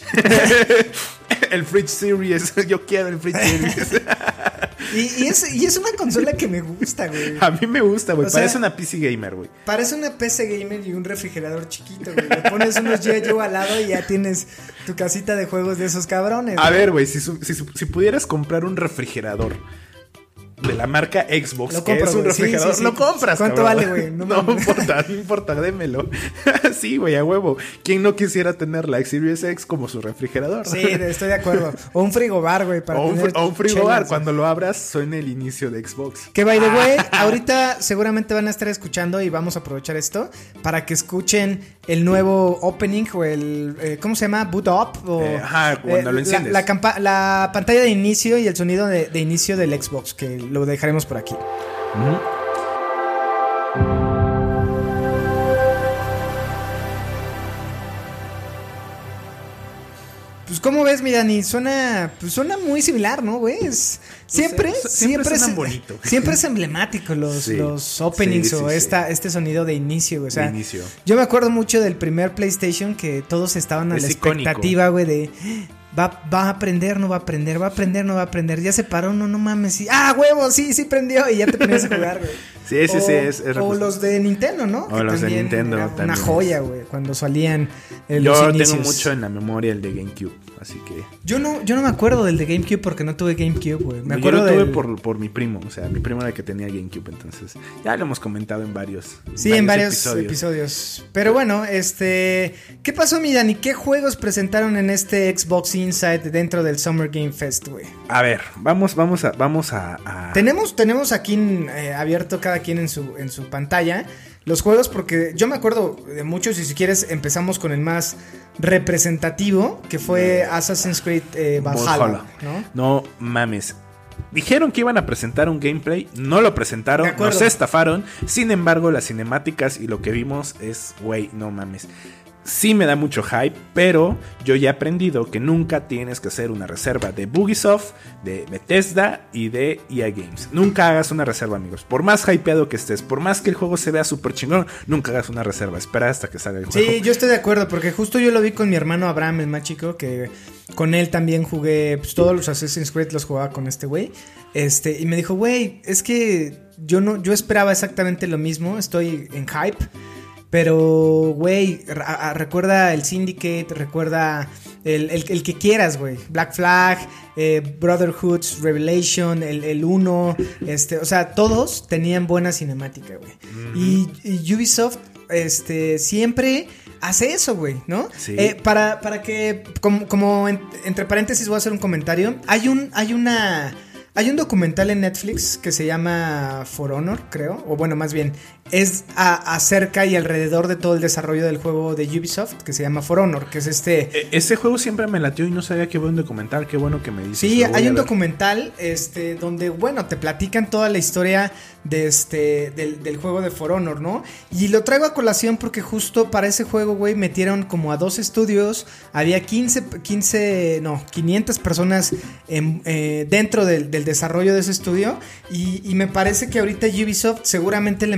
Speaker 3: El Fridge Series. Yo quiero el Fridge Series.
Speaker 4: Y, y, es, y es una consola que me gusta, güey.
Speaker 3: A mí me gusta, güey.
Speaker 4: O sea,
Speaker 3: Parece una P C gamer, güey.
Speaker 4: Parece una P C gamer y un refrigerador chiquito, güey. Le pones unos G I. Joe al lado y ya tienes tu casita de juegos de esos cabrones.
Speaker 3: A
Speaker 4: güey.
Speaker 3: ver, güey, si, su- si, su- si pudieras comprar un refrigerador de la marca Xbox,
Speaker 4: Lo
Speaker 3: que
Speaker 4: compro,
Speaker 3: es un
Speaker 4: güey. Sí,
Speaker 3: refrigerador,
Speaker 4: sí, sí.
Speaker 3: lo compras,
Speaker 4: ¿Cuánto
Speaker 3: cabrón.
Speaker 4: vale, güey? No
Speaker 3: No,
Speaker 4: mames.
Speaker 3: importa, no importa, démelo. Sí, güey, a huevo. ¿Quién no quisiera tener la Series X como su refrigerador?
Speaker 4: Sí, estoy de acuerdo. O un frigobar, güey, para
Speaker 3: o un,
Speaker 4: tener
Speaker 3: fr- o un frigobar,
Speaker 4: chelas.
Speaker 3: cuando lo abras suena el inicio de Xbox.
Speaker 4: Que by the way, ahorita seguramente van a estar escuchando y vamos a aprovechar esto para que escuchen el nuevo opening o el eh, ¿cómo se llama? Boot up o
Speaker 3: Eh, ajá, cuando lo
Speaker 4: la-
Speaker 3: enciendes.
Speaker 4: La, campa- la pantalla de inicio y el sonido de, de inicio del Xbox, que lo dejaremos por aquí.
Speaker 3: Ujú.
Speaker 4: Pues ¿cómo ves, mi Dani? Suena, pues suena muy similar, ¿no, güey? Es- Siempre,
Speaker 3: sé, siempre
Speaker 4: siempre,
Speaker 3: suenan
Speaker 4: es,
Speaker 3: bonito.
Speaker 4: siempre es emblemático los,
Speaker 3: Sí.
Speaker 4: los openings
Speaker 3: Sí, sí,
Speaker 4: o
Speaker 3: sí.
Speaker 4: esta, este sonido de inicio, güey. O sea,
Speaker 3: De inicio.
Speaker 4: yo me acuerdo mucho del primer PlayStation que todos estaban a
Speaker 3: Es
Speaker 4: la
Speaker 3: icónico.
Speaker 4: expectativa, güey, de va, va a aprender, no va a aprender, va a aprender, no va a aprender. Ya se paró, no, no mames. Sí. Ah, huevo, sí, sí prendió y ya te ponías a jugar, güey.
Speaker 3: Sí, sí,
Speaker 4: o,
Speaker 3: sí, es- es
Speaker 4: o
Speaker 3: repos-
Speaker 4: los de Nintendo, ¿no?
Speaker 3: O los de
Speaker 4: también
Speaker 3: Nintendo
Speaker 4: era
Speaker 3: también.
Speaker 4: Una joya, güey, cuando salían eh,
Speaker 3: Yo
Speaker 4: los
Speaker 3: tengo
Speaker 4: inicios.
Speaker 3: mucho en la memoria el de GameCube, así que...
Speaker 4: Yo no, yo no me acuerdo del de GameCube porque no tuve GameCube, güey. Me
Speaker 3: Yo
Speaker 4: acuerdo
Speaker 3: lo tuve
Speaker 4: del...
Speaker 3: por, por mi primo, o sea, mi primo era el que tenía GameCube, entonces ya lo hemos comentado en varios
Speaker 4: Sí, en varios episodios. Pero bueno, este... ¿Qué pasó, mi Dani? ¿Qué juegos presentaron en este Xbox Insight dentro del Summer Game Fest, güey?
Speaker 3: A ver, vamos, vamos a, vamos a, a-
Speaker 4: Tenemos, tenemos aquí eh, abierto cada quien en su, en su pantalla los juegos porque yo me acuerdo de muchos y si quieres empezamos con el más representativo que fue Assassin's Creed eh, Valhalla,
Speaker 3: Valhalla.
Speaker 4: ¿no?
Speaker 3: No mames. Dijeron que iban a presentar un gameplay, no lo presentaron,
Speaker 4: De acuerdo.
Speaker 3: nos estafaron. Sin embargo, las cinemáticas y lo que vimos es, güey, no mames. Sí me da mucho hype, pero yo ya he aprendido que nunca tienes que hacer una reserva de Ubisoft, de Bethesda y de E A Games. Nunca hagas una reserva, amigos. Por más hypeado que estés, por más que el juego se vea súper chingón, nunca hagas una reserva. Espera hasta que salga el juego.
Speaker 4: Sí, yo estoy de acuerdo porque justo yo lo vi con mi hermano Abraham, el más chico, que con él también jugué, pues todos los Assassin's Creed los jugaba con este güey. Este, y me dijo, güey, es que yo no, yo esperaba exactamente lo mismo, estoy en hype. Pero, güey, re- a- recuerda el Syndicate, recuerda el, el, el que quieras, güey. Black Flag, eh, Brotherhood, Revelation, el, el uno, este, o sea, todos tenían buena cinemática, güey. Mm-hmm. y, y Ubisoft, este, siempre hace eso, güey, ¿no?
Speaker 3: Sí.
Speaker 4: Eh, para, para que, como, como en- entre paréntesis voy a hacer un comentario. Hay un, hay una... Hay un documental en Netflix que se llama For Honor, creo. O bueno, más bien, es a- acerca y alrededor de todo el desarrollo del juego de Ubisoft, que se llama For Honor, que es este...
Speaker 3: E- Ese juego siempre me latió y no sabía qué buen documental, qué bueno que me dices.
Speaker 4: Sí,
Speaker 3: Lo voy
Speaker 4: hay
Speaker 3: a
Speaker 4: un
Speaker 3: ver.
Speaker 4: documental este, donde, bueno, te platican toda la historia de este, del, del juego de For Honor, ¿no? Y lo traigo a colación porque justo para ese juego, güey, metieron como a dos estudios, había quince, quince, no, quinientas personas en, eh, dentro del, del desarrollo de ese estudio y, y me parece que ahorita Ubisoft seguramente le metió, yo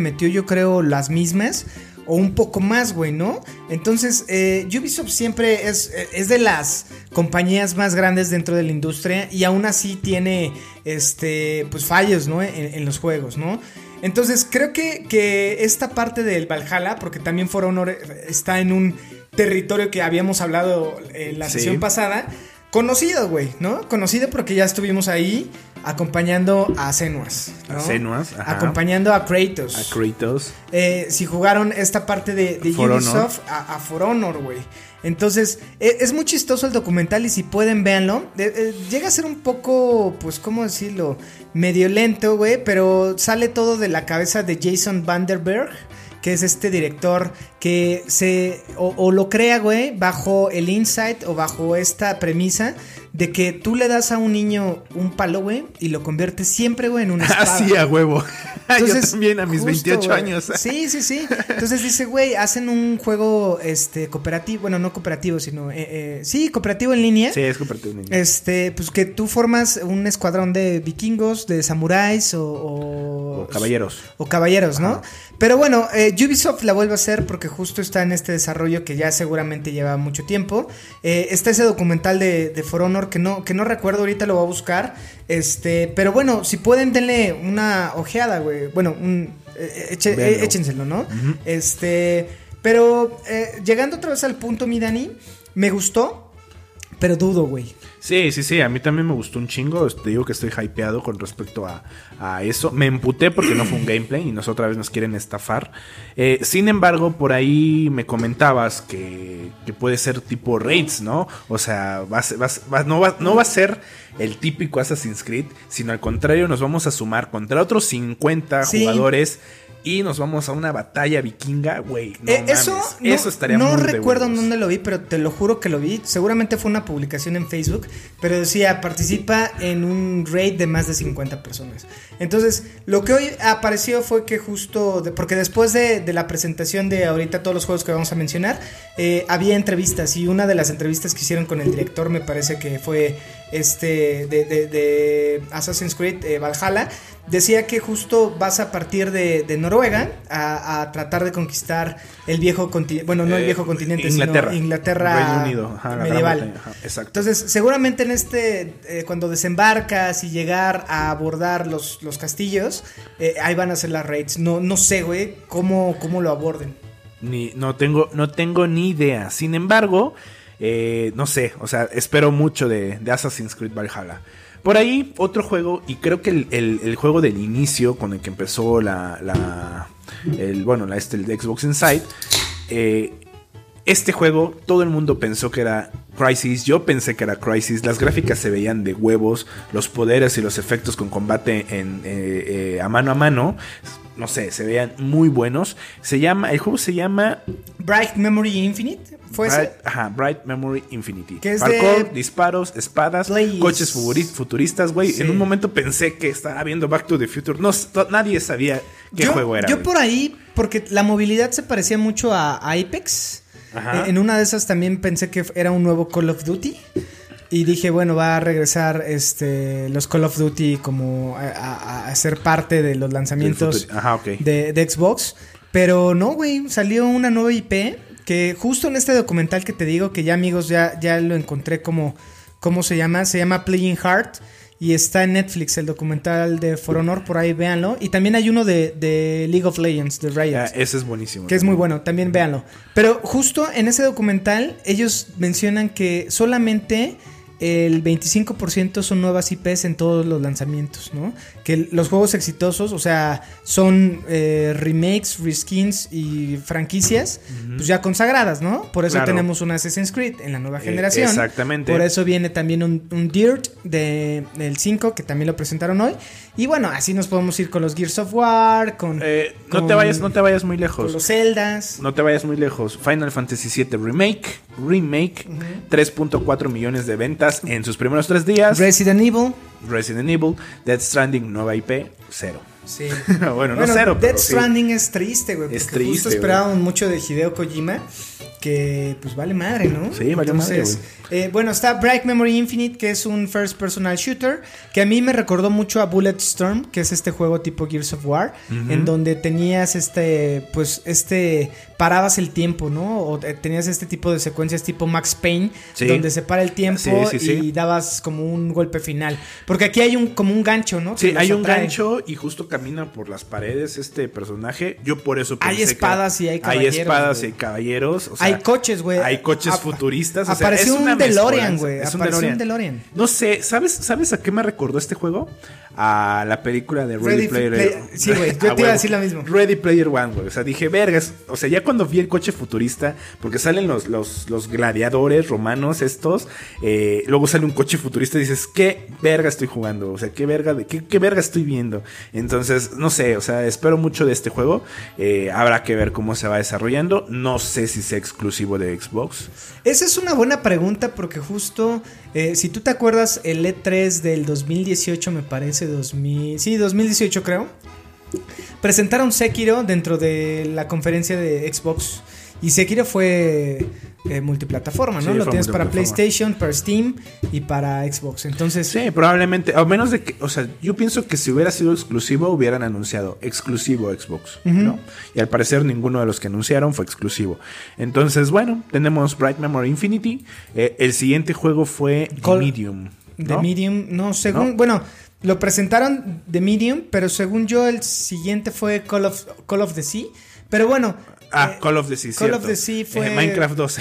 Speaker 4: yo creo, las mismas o un poco más, güey, ¿no? Entonces, eh, Ubisoft siempre es, es de las compañías más grandes dentro de la industria y aún así tiene, este, pues fallos, ¿no? En, en los juegos, ¿no? Entonces, creo que, que esta parte del Valhalla, porque también For Honor está en un territorio que habíamos hablado en la sí. sesión pasada, conocido, güey, ¿no? Conocido porque ya estuvimos ahí acompañando a Senuas, ¿no?
Speaker 3: A Senuas, ajá.
Speaker 4: Acompañando a Kratos.
Speaker 3: A Kratos.
Speaker 4: Eh, si jugaron esta parte de, de Ubisoft a, a For Honor, güey. Entonces, eh, es muy chistoso el documental y si pueden, véanlo. Eh, eh, llega a ser un poco, pues, ¿cómo decirlo? Medio lento, güey, pero sale todo de la cabeza de Jason Vanderberg, que es este director que se o, o lo crea, güey, bajo el insight o bajo esta premisa de que tú le das a un niño un palo, güey, y lo conviertes siempre, güey, en una espada.
Speaker 3: Así a huevo.
Speaker 4: Entonces,
Speaker 3: yo también a mis
Speaker 4: justo,
Speaker 3: veintiocho
Speaker 4: güey.
Speaker 3: años.
Speaker 4: Sí, sí, sí. Entonces dice, güey, hacen un juego este cooperativo, bueno, no cooperativo, sino eh, eh, sí, cooperativo en línea.
Speaker 3: Sí, es cooperativo en línea.
Speaker 4: Este, pues que tú formas un escuadrón de vikingos, de samuráis o, o,
Speaker 3: o caballeros.
Speaker 4: O caballeros, ¿no?
Speaker 3: Ajá.
Speaker 4: Pero bueno, eh, Ubisoft la vuelve a hacer porque justo está en este desarrollo que ya seguramente lleva mucho tiempo. Eh, está ese documental de, de For Honor que no, que no recuerdo, ahorita lo voy a buscar. Este, pero bueno, si pueden, denle una ojeada, güey. Bueno, un, eh, eche, eh, échenselo, ¿no? Uh-huh. Este, pero eh, llegando otra vez al punto, mi Dani, me gustó, pero dudo, güey.
Speaker 3: Sí, sí, sí, a mí también me gustó un chingo. Te digo que estoy hypeado con respecto a, a eso. Me emputé porque no fue un gameplay y nos otra vez nos quieren estafar. Eh, sin embargo, por ahí me comentabas que, que puede ser tipo raids, ¿no? O sea, va a ser, va, va, no, va, no va a ser el típico Assassin's Creed, sino al contrario, nos vamos a sumar contra otros cincuenta sí. jugadores. Y nos vamos a una batalla vikinga, güey. No
Speaker 4: eh, eso, no,
Speaker 3: eso estaría
Speaker 4: no
Speaker 3: muy
Speaker 4: No recuerdo
Speaker 3: en
Speaker 4: dónde lo vi, pero te lo juro que lo vi. Seguramente fue una publicación en Facebook. Pero decía, participa en un raid de más de cincuenta personas. Entonces, lo que hoy apareció fue que justo... De, porque después de, de la presentación de ahorita todos los juegos que vamos a mencionar, eh, había entrevistas. Y una de las entrevistas que hicieron con el director, me parece que fue este de, de, de Assassin's Creed eh, Valhalla, decía que justo vas a partir de, de Noruega a, a tratar de conquistar el viejo continente, bueno, no eh, el viejo continente,
Speaker 3: Inglaterra,
Speaker 4: sino Inglaterra
Speaker 3: Reino Unido, ajá,
Speaker 4: medieval.
Speaker 3: Ajá, exacto.
Speaker 4: Entonces, seguramente en este, eh, cuando desembarcas y llegar a abordar los, los castillos, eh, ahí van a ser las raids. No, no sé, güey, cómo, cómo lo aborden.
Speaker 3: Ni, no tengo, no tengo ni idea. Sin embargo, eh, no sé, o sea, espero mucho de, de Assassin's Creed Valhalla. Por ahí, otro juego, y creo que el, el, el juego del inicio con el que empezó la, la el, bueno, la, este, el de Xbox Inside, eh, este juego, todo el mundo pensó que era Crysis, yo pensé que era Crysis, las gráficas se veían de huevos, los poderes y los efectos con combate en, eh, eh, a mano a mano, no sé, se veían muy buenos. Se llama, el juego se llama
Speaker 4: Bright Memory Infinite. ¿Fue
Speaker 3: Bright,
Speaker 4: ese?
Speaker 3: Ajá, Bright Memory Infinity.
Speaker 4: Que es
Speaker 3: Parkour,
Speaker 4: de...
Speaker 3: disparos, espadas,
Speaker 4: Blaze.
Speaker 3: Coches futuristas, güey.
Speaker 4: Sí.
Speaker 3: En un momento pensé que estaba viendo Back to the Future. No, no nadie sabía qué
Speaker 4: yo,
Speaker 3: juego era.
Speaker 4: Yo
Speaker 3: güey.
Speaker 4: por ahí, porque la movilidad se parecía mucho a, a Apex. Ajá. En una de esas también pensé que era un nuevo Call of Duty. Y dije, bueno, va a regresar este los Call of Duty como a, a, a ser parte de los lanzamientos
Speaker 3: Ajá, okay.
Speaker 4: de, de Xbox. Pero no, güey, salió una nueva I P que justo en este documental que te digo, que ya amigos, ya, ya lo encontré como, ¿cómo se llama? Se llama Playing Hard. Y está en Netflix el documental de For Honor, por ahí véanlo. Y también hay uno de, de League of Legends, de Riot.
Speaker 3: Ah, ese es buenísimo.
Speaker 4: Que es muy bueno, también véanlo. Pero justo en ese documental ellos mencionan que solamente el veinticinco por ciento son nuevas I Pes en todos los lanzamientos, ¿no? Que los juegos exitosos, o sea, son eh, remakes, reskins y franquicias, uh-huh. pues ya consagradas, ¿no? Por eso claro. tenemos un Assassin's Creed en la nueva generación.
Speaker 3: Eh, exactamente.
Speaker 4: Por eso viene también un, un Dirt de, del cinco, que también lo presentaron hoy. Y bueno, así nos podemos ir con los Gears of War, con...
Speaker 3: Eh,
Speaker 4: con
Speaker 3: no te vayas, no te vayas muy lejos.
Speaker 4: Con los Zeldas.
Speaker 3: No te vayas muy lejos. Final Fantasy siete Remake, Remake, uh-huh. tres punto cuatro millones de ventas en sus primeros tres días.
Speaker 4: Resident Evil.
Speaker 3: Resident Evil, Death Stranding, nueva I P, cero.
Speaker 4: Sí.
Speaker 3: bueno, no
Speaker 4: bueno,
Speaker 3: cero,
Speaker 4: Death
Speaker 3: pero
Speaker 4: Stranding
Speaker 3: sí.
Speaker 4: es triste, güey.
Speaker 3: Es
Speaker 4: porque
Speaker 3: triste,
Speaker 4: justo esperábamos mucho de Hideo Kojima. que pues vale madre, ¿no?
Speaker 3: Sí, vale madre, güey.
Speaker 4: Eh, bueno, está Bright Memory Infinite, que es un first personal shooter, que a mí me recordó mucho a Bulletstorm, que es este juego tipo Gears of War, uh-huh. en donde tenías este, pues este, parabas el tiempo, ¿no? O tenías este tipo de secuencias tipo Max Payne, sí. donde se para el tiempo sí, sí, sí. y dabas como un golpe final. Porque aquí hay un como un gancho, ¿no?
Speaker 3: Sí, hay un gancho y justo camina por las paredes este personaje. Yo por eso pensé
Speaker 4: hay espadas
Speaker 3: que
Speaker 4: y hay caballeros.
Speaker 3: Hay espadas
Speaker 4: güey.
Speaker 3: y caballeros. O sea,
Speaker 4: hay coches, güey.
Speaker 3: Hay coches a- futuristas. O sea,
Speaker 4: apareció
Speaker 3: es una
Speaker 4: un DeLorean, güey.
Speaker 3: Es un
Speaker 4: apareció
Speaker 3: DeLorean.
Speaker 4: un DeLorean.
Speaker 3: No sé, ¿sabes, ¿sabes a qué me recordó este juego? A la película de Ready, Ready Player One.
Speaker 4: Sí, güey, yo te iba a decir lo mismo.
Speaker 3: Ready Player One, güey. O sea, dije, vergas. O sea, ya cuando vi el coche futurista, porque salen los, los, los gladiadores romanos estos, eh, luego sale un coche futurista y dices, ¿qué verga estoy jugando? O sea, ¿qué verga, de, qué, qué verga estoy viendo? Entonces, no sé, o sea, espero mucho de este juego. Eh, habrá que ver cómo se va desarrollando. No sé si sea exclusivo de Xbox.
Speaker 4: Esa es una buena pregunta porque justo, eh, si tú te acuerdas, el E tres del dos mil dieciocho me parece, dos mil, sí, dos mil dieciocho creo, presentaron Sekiro dentro de la conferencia de Xbox. Y Sekiro fue eh, multiplataforma, ¿no? Sí, lo tienes para PlayStation, para Steam y para Xbox. Entonces,
Speaker 3: sí, probablemente, a menos de que, o sea, yo pienso que si hubiera sido exclusivo hubieran anunciado exclusivo Xbox, uh-huh. ¿no? Y al parecer ninguno de los que anunciaron fue exclusivo. Entonces, bueno, tenemos Bright Memory Infinity. Eh, el siguiente juego fue Call, The Medium, ¿no?
Speaker 4: The Medium, no, según, ¿no? Bueno, lo presentaron The Medium, pero según yo el siguiente fue Call of Call of the Sea, pero bueno.
Speaker 3: Ah, Call of the Sea,
Speaker 4: Call
Speaker 3: cierto.
Speaker 4: of the Sea fue...
Speaker 3: Eh, Minecraft dos.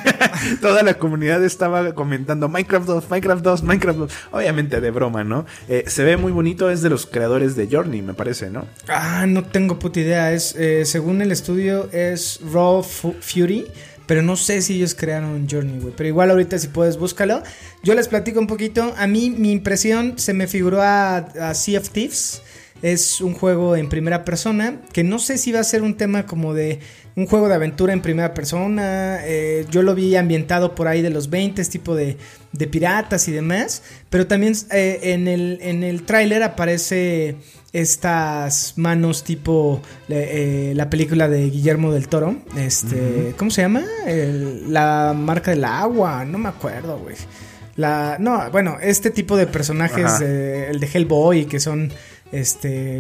Speaker 3: Toda la comunidad estaba comentando Minecraft dos, Minecraft dos, Minecraft dos. Obviamente de broma, ¿no? Eh, se ve muy bonito, es de los creadores de Journey, me parece, ¿no?
Speaker 4: Ah, no tengo puta idea. Es, eh, según el estudio es Raw F- Fury, pero no sé si ellos crearon Journey, güey. Pero igual ahorita si puedes, búscalo. Yo les platico un poquito. A mí mi impresión se me figuró a, a Sea of Thieves. Es un juego en primera persona, que no sé si va a ser un tema como de un juego de aventura en primera persona. Eh, yo lo vi ambientado por ahí de los veinte, tipo de, de piratas y demás. Pero también eh, en el, en el tráiler aparece estas manos tipo eh, la película de Guillermo del Toro. Este, uh-huh. ¿Cómo se llama? El, la marca del agua, no me acuerdo, güey. La, no, bueno, este tipo de personajes, eh, el de Hellboy, que son... Este,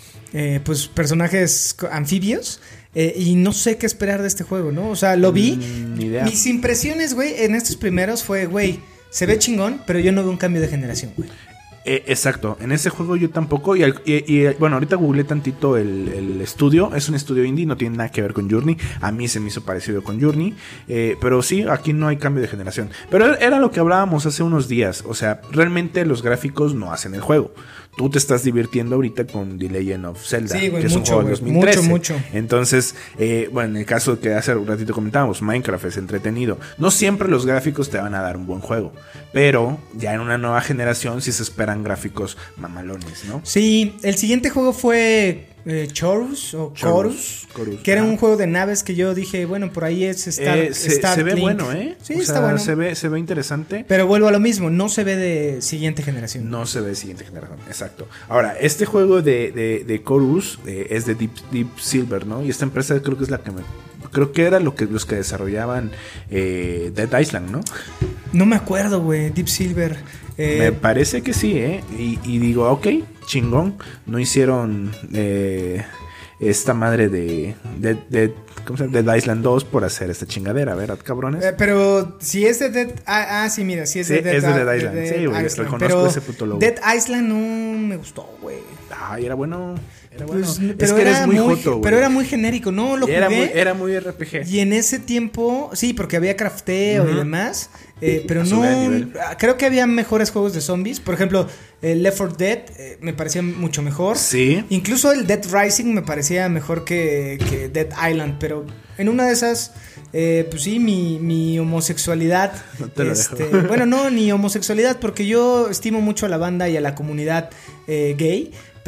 Speaker 4: eh, pues personajes anfibios. Eh, y no sé qué esperar de este juego, ¿no? O sea, lo vi.
Speaker 3: Mm, ni idea.
Speaker 4: Mis impresiones, güey, en estos primeros fue, güey, se ve chingón, pero yo no veo un cambio de generación, güey.
Speaker 3: Eh, exacto, en ese juego yo tampoco. Y, y, y bueno, ahorita googleé tantito el, el estudio. Es un estudio indie, no tiene nada que ver con Journey. A mí se me hizo parecido con Journey. Eh, pero sí, aquí no hay cambio de generación. Pero era lo que hablábamos hace unos días. O sea, realmente los gráficos no hacen el juego. Tú te estás divirtiendo ahorita con The Legend of Zelda,
Speaker 4: sí, güey,
Speaker 3: que es
Speaker 4: mucho,
Speaker 3: un juego del dos mil trece.
Speaker 4: Mucho, mucho.
Speaker 3: Entonces, eh, bueno, en el caso que hace un ratito comentábamos, Minecraft es entretenido. No siempre los gráficos te van a dar un buen juego, pero ya en una nueva generación sí se esperan gráficos mamalones, ¿no?
Speaker 4: Sí, el siguiente juego fue eh, Chorus o Chorus, Chorus, que era ah. un juego de naves que yo dije, bueno, por ahí es Star,
Speaker 3: eh, se,
Speaker 4: Star
Speaker 3: se ve
Speaker 4: Link.
Speaker 3: bueno, ¿eh?
Speaker 4: Sí,
Speaker 3: o
Speaker 4: está
Speaker 3: sea,
Speaker 4: bueno.
Speaker 3: Se ve, se ve interesante.
Speaker 4: Pero vuelvo a lo mismo, no se ve de siguiente generación.
Speaker 3: No se ve de siguiente generación, exacto. Ahora, este juego de, de, de Chorus eh, es de Deep, Deep Silver, ¿no? Y esta empresa creo que es la que me... Creo que era lo que, los que desarrollaban eh, Dead Island, ¿no?
Speaker 4: No me acuerdo, güey, Deep Silver.
Speaker 3: Eh, me parece que sí, ¿eh? Y, y digo, ok, chingón. No hicieron eh, esta madre de, de, de ¿cómo se llama? Dead Island dos por hacer esta chingadera, ¿verdad, cabrones?
Speaker 4: Eh, pero si es de Dead... Ah, ah sí, mira, si es
Speaker 3: sí,
Speaker 4: de Dead,
Speaker 3: es de Dead
Speaker 4: de
Speaker 3: Island.
Speaker 4: Dead
Speaker 3: sí, güey,
Speaker 4: Island.
Speaker 3: reconozco
Speaker 4: pero
Speaker 3: ese puto logo.
Speaker 4: Dead Island no me gustó, güey.
Speaker 3: Ay, era bueno... Era bueno.
Speaker 4: Pues,
Speaker 3: es
Speaker 4: pero
Speaker 3: que
Speaker 4: era
Speaker 3: eres muy,
Speaker 4: muy
Speaker 3: joto, güey.
Speaker 4: Pero era muy genérico, ¿no? Lo
Speaker 3: era
Speaker 4: jugué.
Speaker 3: Muy, era muy R P G.
Speaker 4: Y en ese tiempo, sí, porque había crafteo uh-huh. y demás. Eh, pero
Speaker 3: no,
Speaker 4: creo que había mejores juegos de zombies. Por ejemplo, el Left four Dead eh, me parecía mucho mejor.
Speaker 3: Sí.
Speaker 4: Incluso el Dead Rising me parecía mejor que, que Dead Island. Pero en una de esas, eh, pues sí, mi, mi homosexualidad.
Speaker 3: No te lo
Speaker 4: este,
Speaker 3: dejo.
Speaker 4: Bueno, no, ni homosexualidad, porque yo estimo mucho a la banda y a la comunidad eh, gay.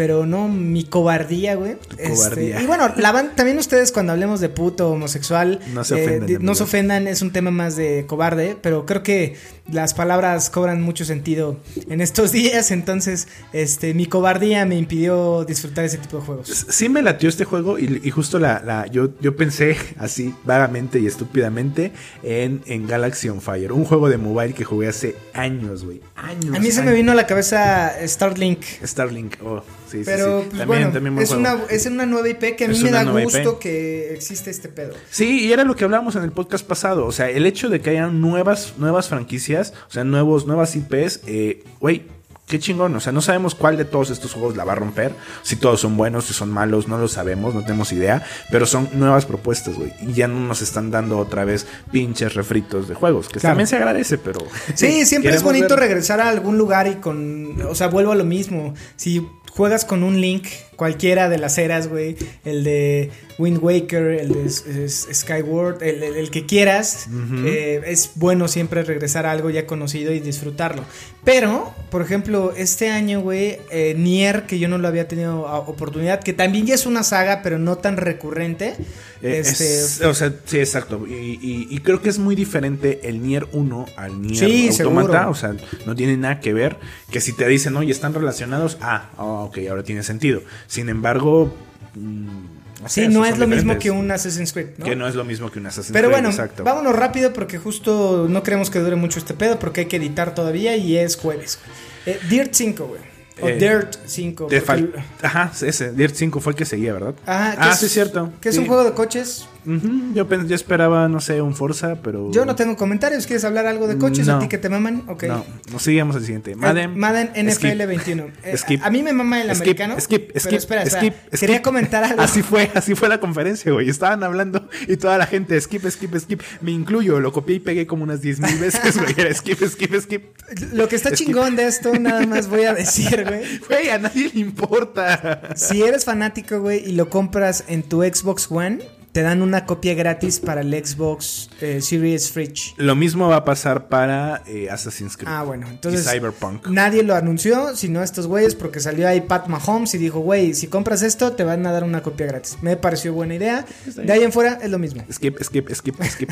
Speaker 4: pero no, mi cobardía, güey.
Speaker 3: Cobardía.
Speaker 4: Este, y bueno, la banda, también ustedes cuando hablemos de puto, homosexual,
Speaker 3: no se ofendan,
Speaker 4: eh, no se ofendan, es un tema más de cobarde, pero creo que las palabras cobran mucho sentido en estos días, entonces este mi cobardía me impidió disfrutar ese tipo de juegos.
Speaker 3: Sí me latió este juego y, y justo la, la yo, yo pensé así vagamente y estúpidamente en, en Galaxy on Fire, un juego de mobile que jugué hace años, güey. Años.
Speaker 4: A mí se
Speaker 3: años.
Speaker 4: me vino a la cabeza Starlink.
Speaker 3: Starlink, oh, sí, sí,
Speaker 4: pero
Speaker 3: sí.
Speaker 4: Pues,
Speaker 3: También,
Speaker 4: bueno,
Speaker 3: también buen
Speaker 4: es,
Speaker 3: juego.
Speaker 4: una, es una nueva I P que a mí
Speaker 3: Es
Speaker 4: me
Speaker 3: una
Speaker 4: da
Speaker 3: nueva
Speaker 4: gusto
Speaker 3: I P.
Speaker 4: que existe este pedo.
Speaker 3: Sí, y era lo que hablábamos en el podcast pasado. O sea, el hecho de que hayan nuevas, nuevas franquicias, o sea, nuevos, nuevas I Ps, eh, güey, qué chingón. O sea, no sabemos cuál de todos estos juegos la va a romper. Si todos son buenos, si son malos, no lo sabemos, no tenemos idea. Pero son nuevas propuestas, güey. Y ya no nos están dando otra vez pinches refritos de juegos. Que
Speaker 4: Claro.
Speaker 3: también se agradece, pero...
Speaker 4: Sí, siempre es
Speaker 3: queremos
Speaker 4: bonito
Speaker 3: ver-
Speaker 4: regresar a algún lugar y con... O sea, vuelvo a lo mismo. Si juegas con un Link, cualquiera de las eras, güey, el de Wind Waker, el de S- S- Skyward, el, el- el que quieras,
Speaker 3: Ujú.
Speaker 4: eh, es bueno siempre regresar a algo ya conocido y disfrutarlo. Pero, por ejemplo, este año, güey, eh, Nier, que yo no lo había tenido a- oportunidad, que también ya es una saga, pero no tan recurrente.
Speaker 3: Eh,
Speaker 4: este,
Speaker 3: es- o sea, sí, exacto. Y, y- y creo que es muy diferente el Nier uno al Nier
Speaker 4: Sí,
Speaker 3: Automata.
Speaker 4: seguro.
Speaker 3: O sea, no tiene nada que ver. Que si te dicen, oye, están relacionados, ah, oh, ok, ahora tiene sentido. Sin embargo, mm, no sé,
Speaker 4: sí, no
Speaker 3: esos
Speaker 4: es
Speaker 3: son
Speaker 4: lo mismo
Speaker 3: diferentes.
Speaker 4: que un Assassin's Creed, ¿no?
Speaker 3: Que no es lo mismo que un Assassin's
Speaker 4: Pero
Speaker 3: Creed,
Speaker 4: bueno,
Speaker 3: exacto.
Speaker 4: vámonos rápido porque justo no queremos que dure mucho este pedo porque hay que editar todavía y es jueves. Eh, Dirt cinco, güey. O
Speaker 3: Eh,
Speaker 4: Dirt cinco.
Speaker 3: Te
Speaker 4: porque-
Speaker 3: fal- Ajá, ese, Dirt cinco fue el que seguía, ¿verdad?
Speaker 4: Ajá, que
Speaker 3: ah,
Speaker 4: es-
Speaker 3: sí, es cierto.
Speaker 4: Que es
Speaker 3: Sí.
Speaker 4: un juego de coches.
Speaker 3: Ujú, yo, pens- yo esperaba, no sé, un Forza, pero...
Speaker 4: Yo no tengo comentarios. ¿Quieres hablar algo de coches?
Speaker 3: No.
Speaker 4: ¿A ti que te maman? Ok.
Speaker 3: No, nos seguimos al siguiente.
Speaker 4: Eh,
Speaker 3: Madden,
Speaker 4: Madden N F L
Speaker 3: skip.
Speaker 4: veintiuno. Eh,
Speaker 3: Skip.
Speaker 4: A mí me mama el
Speaker 3: Skip,
Speaker 4: americano.
Speaker 3: skip,
Speaker 4: pero
Speaker 3: skip,
Speaker 4: espera, espera.
Speaker 3: skip,
Speaker 4: Quería
Speaker 3: skip.
Speaker 4: comentar algo.
Speaker 3: Así fue, así fue la conferencia, güey. Estaban hablando y toda la gente, skip, skip, skip. Me incluyo, lo copié y pegué como unas diez mil veces, güey. Era skip, skip, skip.
Speaker 4: Lo que está
Speaker 3: Skip.
Speaker 4: chingón de esto, nada más voy a decir, güey.
Speaker 3: Güey, a nadie le importa.
Speaker 4: Si eres fanático, güey, y lo compras en tu Xbox One, te dan una copia gratis para el Xbox eh, Series Fridge.
Speaker 3: Lo mismo va a pasar para eh, Assassin's Creed.
Speaker 4: Ah, bueno, entonces
Speaker 3: Y Cyberpunk.
Speaker 4: nadie lo anunció, sino estos güeyes, porque salió ahí Pat Mahomes y dijo, güey, si compras esto, te van a dar una copia gratis. Me pareció buena idea. De ahí en fuera es lo mismo.
Speaker 3: Skip, skip, skip, skip.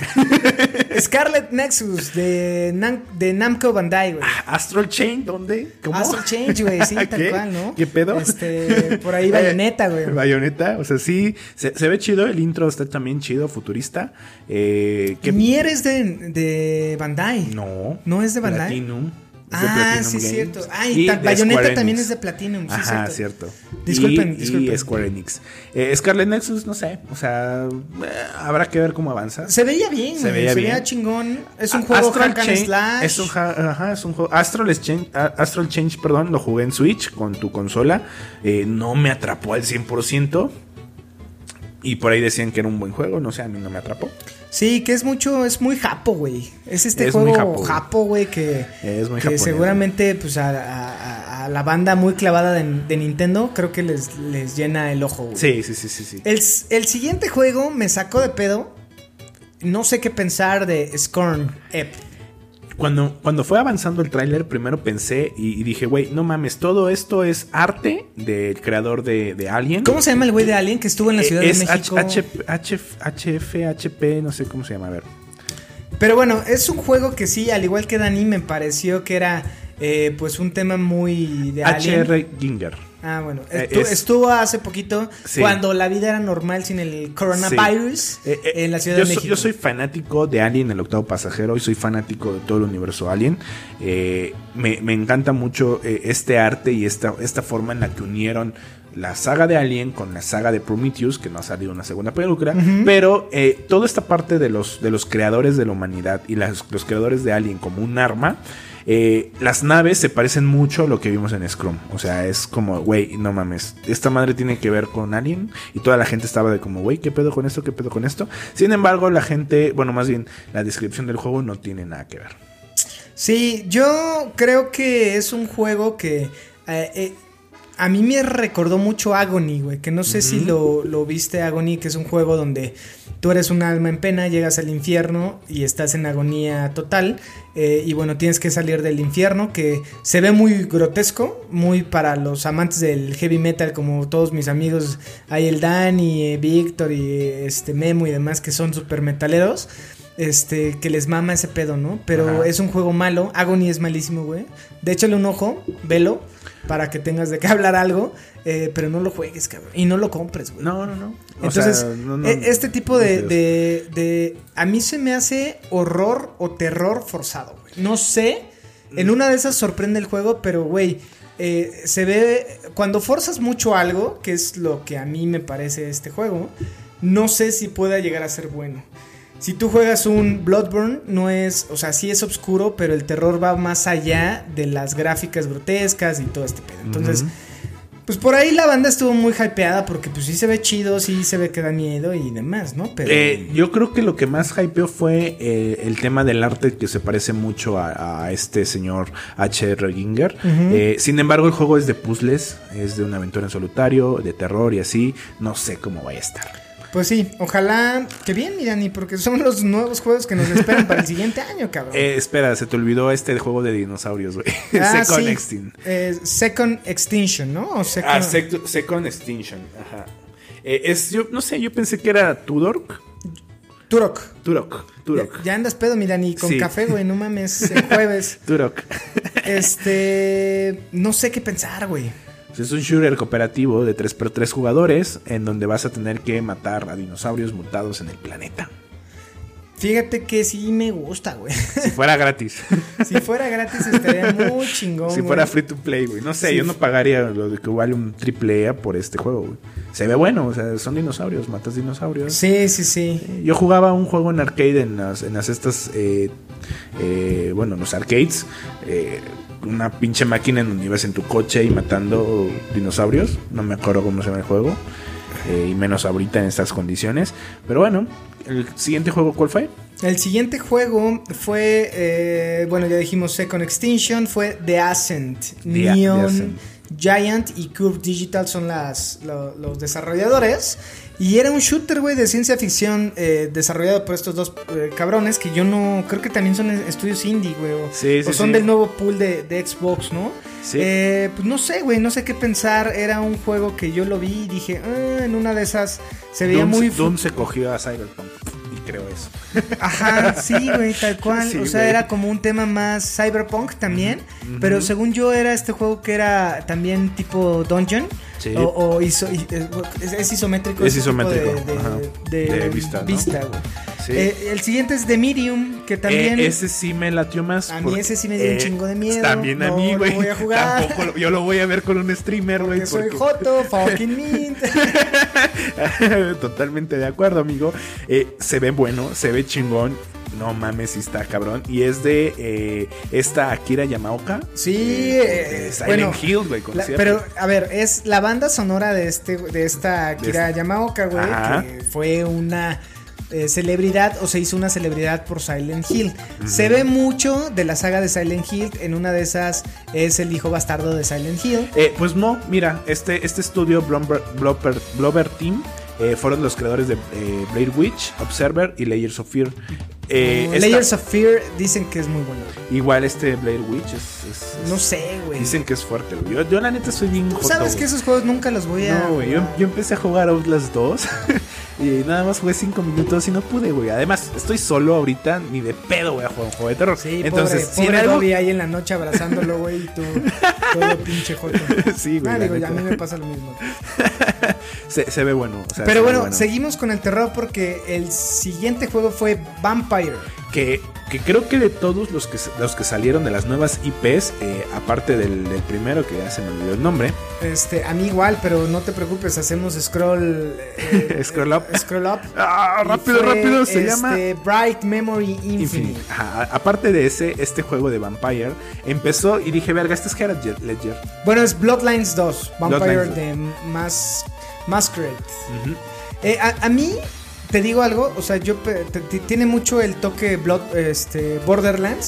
Speaker 4: Scarlet Nexus de, Nam- de Namco Bandai, güey.
Speaker 3: Astral Chain, ¿dónde? ¿Cómo?
Speaker 4: Astral Change, güey, sí, tal
Speaker 3: ¿Qué?
Speaker 4: cual, ¿no?
Speaker 3: ¿Qué pedo?
Speaker 4: Este, por ahí Bayonetta, güey.
Speaker 3: Bayonetta, o sea, sí, se, se ve chido, el intro está también chido, futurista. Eh, ¿qué-
Speaker 4: Nier es de, de Bandai.
Speaker 3: No.
Speaker 4: ¿No es de Bandai?
Speaker 3: Platinum. Es de
Speaker 4: Ah,
Speaker 3: Platinum
Speaker 4: sí, es
Speaker 3: Games.
Speaker 4: cierto. Ah, y,
Speaker 3: Y
Speaker 4: ta-
Speaker 3: de
Speaker 4: Bayonetta
Speaker 3: Square
Speaker 4: también
Speaker 3: Enix.
Speaker 4: es de Platinum, sí,
Speaker 3: Ajá,
Speaker 4: cierto.
Speaker 3: cierto.
Speaker 4: Disculpen,
Speaker 3: y,
Speaker 4: disculpen.
Speaker 3: Y Square Enix. Eh, Scarlet Nexus, no sé, o sea, eh, habrá que ver cómo avanza.
Speaker 4: Se veía bien,
Speaker 3: Se
Speaker 4: güey,
Speaker 3: veía
Speaker 4: se veía
Speaker 3: bien.
Speaker 4: chingón. Es un
Speaker 3: A-
Speaker 4: juego
Speaker 3: Astral
Speaker 4: hack and
Speaker 3: Chain
Speaker 4: slash.
Speaker 3: Es un, ja- ajá, es un juego. Astral Change, Astral Change, perdón, lo jugué en Switch con tu consola. Eh, no me atrapó al cien por ciento. Y por ahí decían que era un buen juego, no sé, a mí no me atrapó.
Speaker 4: Sí, que es mucho, es muy japo, güey. Es este
Speaker 3: Es muy
Speaker 4: juego
Speaker 3: japo, güey.
Speaker 4: japo, güey, que,
Speaker 3: Es muy
Speaker 4: que
Speaker 3: japonés,
Speaker 4: seguramente pues a, a- a la banda muy clavada de, de Nintendo creo que les, les llena el ojo, güey.
Speaker 3: Sí, sí, sí, sí, sí.
Speaker 4: El, el siguiente juego me sacó de pedo. No sé qué pensar de Scorn Ep.
Speaker 3: Cuando, cuando fue avanzando el tráiler, primero pensé y, y dije, güey, no mames, todo esto es arte del creador de, de Alien.
Speaker 4: ¿Cómo se llama el güey de Alien que estuvo en la Ciudad
Speaker 3: Eh, es
Speaker 4: de México?
Speaker 3: H, H, H, F, H P, no sé cómo se llama, a ver.
Speaker 4: Pero bueno, es un juego que sí, al igual que Dani, me pareció que era eh, pues un tema muy de
Speaker 3: H
Speaker 4: Alien.
Speaker 3: R Ginger.
Speaker 4: Ah, bueno.
Speaker 3: Eh,
Speaker 4: Estu-
Speaker 3: es-
Speaker 4: estuvo hace poquito
Speaker 3: Sí.
Speaker 4: cuando la vida era normal sin el coronavirus
Speaker 3: Sí. Eh, eh,
Speaker 4: en la Ciudad
Speaker 3: yo
Speaker 4: de
Speaker 3: soy-
Speaker 4: México.
Speaker 3: yo soy fanático de Alien, el octavo pasajero, y soy fanático de todo el universo Alien. Eh, me, me encanta mucho eh, este arte y esta, esta forma en la que unieron la saga de Alien con la saga de Prometheus, que no ha salido una segunda película,
Speaker 4: Ujú.
Speaker 3: pero eh, toda esta parte de los, de los creadores de la humanidad y las- los creadores de Alien como un arma. Eh, las naves se parecen mucho a lo que vimos en Scrum. O sea, es como, güey, no mames, esta madre tiene que ver con Alien. Y toda la gente estaba de como, güey, ¿qué pedo con esto? ¿Qué pedo con esto? Sin embargo, la gente, bueno, más bien, la descripción del juego no tiene nada que ver.
Speaker 4: Sí, yo creo que es un juego que eh, eh, a mí me recordó mucho Agony, güey, que no sé uh-huh. si lo, lo viste, Agony, que es un juego donde tú eres un alma en pena, llegas al infierno y estás en agonía total, eh, y bueno, tienes que salir del infierno, que se ve muy grotesco, muy para los amantes del heavy metal, como todos mis amigos, hay el Dani, eh, Víctor y este Memo y demás, que son super metaleros. Este, que les mama ese pedo, ¿no? Pero Ajá. es un juego malo. Agony es malísimo, güey. De échale un ojo, velo, para que tengas de qué hablar algo. Eh, pero no lo juegues, cabrón. Y no lo compres, güey.
Speaker 3: No, no, no. O
Speaker 4: Entonces,
Speaker 3: sea, no, no,
Speaker 4: este tipo
Speaker 3: no
Speaker 4: de, de, de... A mí se me hace horror o terror forzado, güey. No sé. En una de esas sorprende el juego, pero, güey... Eh, se ve... Cuando forzas mucho algo, que es lo que a mí me parece este juego, no sé si pueda llegar a ser bueno. Si tú juegas un Bloodborne, no es, o sea, sí es oscuro, pero el terror va más allá de las gráficas grotescas y todo este pedo. Entonces, uh-huh. pues por ahí la banda estuvo muy hypeada porque pues sí se ve chido, sí se ve que da miedo y demás, ¿no? Pero
Speaker 3: eh, yo creo que lo que más hypeó fue eh, el tema del arte, que se parece mucho a, a este señor H R. Giger. Uh-huh. Eh, sin embargo, el juego es de puzzles, es de una aventura en solitario, de terror y así. No sé cómo vaya a estar.
Speaker 4: Pues sí, ojalá que bien, mi Dani, porque son los nuevos juegos que nos esperan para el siguiente año, cabrón.
Speaker 3: Eh, espera, se te olvidó este juego de dinosaurios, güey. Ah, Second
Speaker 4: sí.
Speaker 3: Extinction.
Speaker 4: Eh, Second Extinction, ¿no? O second...
Speaker 3: Ah, sec- Second Extinction, ajá. Eh, es, yo no sé, yo pensé que era Tudork.
Speaker 4: Turok.
Speaker 3: Turok, Turok.
Speaker 4: Ya, ya andas pedo, mi Dani, con
Speaker 3: sí.
Speaker 4: café, güey, no mames, el jueves.
Speaker 3: Turok.
Speaker 4: Este, no sé qué pensar, güey.
Speaker 3: Es un shooter cooperativo de tres por tres jugadores en donde vas a tener que matar a dinosaurios mutados en el planeta.
Speaker 4: Fíjate que sí me gusta, güey.
Speaker 3: Si fuera gratis.
Speaker 4: Si fuera gratis estaría muy chingón,
Speaker 3: Si
Speaker 4: güey.
Speaker 3: fuera free to play, güey. No sé,
Speaker 4: sí.
Speaker 3: yo no pagaría lo de que vale un triple A por este juego, güey. Se ve bueno, o sea, son dinosaurios, matas dinosaurios.
Speaker 4: Sí, sí, sí.
Speaker 3: Yo jugaba un juego en arcade en las, en las estas, eh, eh, bueno, en los arcades. Eh, una pinche máquina en donde ibas en tu coche y matando dinosaurios. No me acuerdo cómo se llama el juego. Eh, y menos ahorita en estas condiciones. Pero bueno, el siguiente juego, ¿cuál fue?
Speaker 4: El siguiente juego fue, eh, bueno, ya dijimos Second Extinction, fue The Ascent.
Speaker 3: The,
Speaker 4: Neon,
Speaker 3: The Ascent.
Speaker 4: Giant y Curve Digital son las, lo, los desarrolladores. Y era un shooter, güey, de ciencia ficción eh, desarrollado por estos dos eh, cabrones que yo no... Creo que también son estudios indie, güey. O,
Speaker 3: sí, sí,
Speaker 4: o son
Speaker 3: sí.
Speaker 4: del nuevo pool de, de Xbox, ¿no?
Speaker 3: Sí.
Speaker 4: Eh, pues no sé, güey, no sé qué pensar. Era un juego que yo lo vi y dije, ah, en una de esas se veía
Speaker 3: Doom,
Speaker 4: muy...
Speaker 3: Doom se cogió a Cyberpunk. Y creo eso.
Speaker 4: Ajá, sí, güey, tal cual.
Speaker 3: Sí,
Speaker 4: o sea,
Speaker 3: güey.
Speaker 4: era como un tema más cyberpunk también. Uh-huh. Pero según yo era este juego que era también tipo dungeon.
Speaker 3: Sí.
Speaker 4: O, o iso, es, es isométrico.
Speaker 3: Es isométrico.
Speaker 4: De, de,
Speaker 3: Ajá.
Speaker 4: de, de,
Speaker 3: de vista, ¿no?
Speaker 4: vista, güey.
Speaker 3: Sí.
Speaker 4: Eh, el siguiente es The Medium, que también...
Speaker 3: Eh, ese sí me latió más.
Speaker 4: A
Speaker 3: porque,
Speaker 4: mí ese sí me dio
Speaker 3: eh,
Speaker 4: un chingo de miedo.
Speaker 3: También a
Speaker 4: no,
Speaker 3: mí, güey.
Speaker 4: No voy a jugar.
Speaker 3: Tampoco lo, yo lo voy a ver con un streamer, güey.
Speaker 4: Porque, porque soy joto, fucking mint.
Speaker 3: Totalmente de acuerdo, amigo. Eh, se ve bueno, se ve chingón. No mames, sí está cabrón. Y es de eh, esta Akira Yamaoka.
Speaker 4: Sí,
Speaker 3: eh,
Speaker 4: eh,
Speaker 3: Silent
Speaker 4: bueno,
Speaker 3: Hill, güey.
Speaker 4: La, pero, a ver, es la banda sonora de este de esta Akira de este... Yamaoka, güey, que fue una eh, celebridad, o se hizo una celebridad por Silent Hill. Uh-huh. Se ve mucho de la saga de Silent Hill. En una de esas es el hijo bastardo de Silent Hill.
Speaker 3: Eh, pues no, mira, este, este estudio Blobber, Blobber, Blobber Team eh, fueron los creadores de eh, Blair Witch, Observer y Layers of Fear. Eh,
Speaker 4: uh, esta, Layers of Fear dicen que es muy bueno.
Speaker 3: Igual este Blair Witch es, es, es
Speaker 4: no sé, güey.
Speaker 3: Dicen que es fuerte, güey. Yo, yo la neta soy bien joto,
Speaker 4: sabes
Speaker 3: wey.
Speaker 4: Que esos juegos nunca los voy a...
Speaker 3: No, güey, yo, yo empecé a jugar Outlast dos y nada más jugué cinco minutos y no pude, güey. Además, estoy solo ahorita, ni de pedo voy a jugar un juego de terror.
Speaker 4: Sí,
Speaker 3: entonces,
Speaker 4: pobre,
Speaker 3: si
Speaker 4: pobre
Speaker 3: algo...
Speaker 4: Dobby ahí en la noche abrazándolo, güey, y tú todo pinche joto.
Speaker 3: Sí, güey.
Speaker 4: Ah, digo, a mí me pasa lo mismo.
Speaker 3: se, se ve bueno. O sea,
Speaker 4: pero bueno,
Speaker 3: bueno,
Speaker 4: seguimos con el terror porque el siguiente juego fue Vampire.
Speaker 3: Que, que creo que de todos los que, los que salieron de las nuevas I Pes, eh, aparte del, del primero, que ya se me olvidó el nombre.
Speaker 4: Este, a mí igual, pero no te preocupes, hacemos scroll...
Speaker 3: Eh, scroll up.
Speaker 4: Scroll up.
Speaker 3: Ah, rápido, rápido, se
Speaker 4: este,
Speaker 3: llama...
Speaker 4: Bright Memory Infinite.
Speaker 3: Infinite. Ajá, aparte de ese, este juego de Vampire empezó y dije, verga, este es Herald Ledger.
Speaker 4: Bueno, es Bloodlines dos, Vampire
Speaker 3: Bloodlines
Speaker 4: de Mas, Masquerade. Uh-huh. eh, a, a mí... Te digo algo, o sea, yo t- t- tiene mucho el toque Blood, este, Borderlands.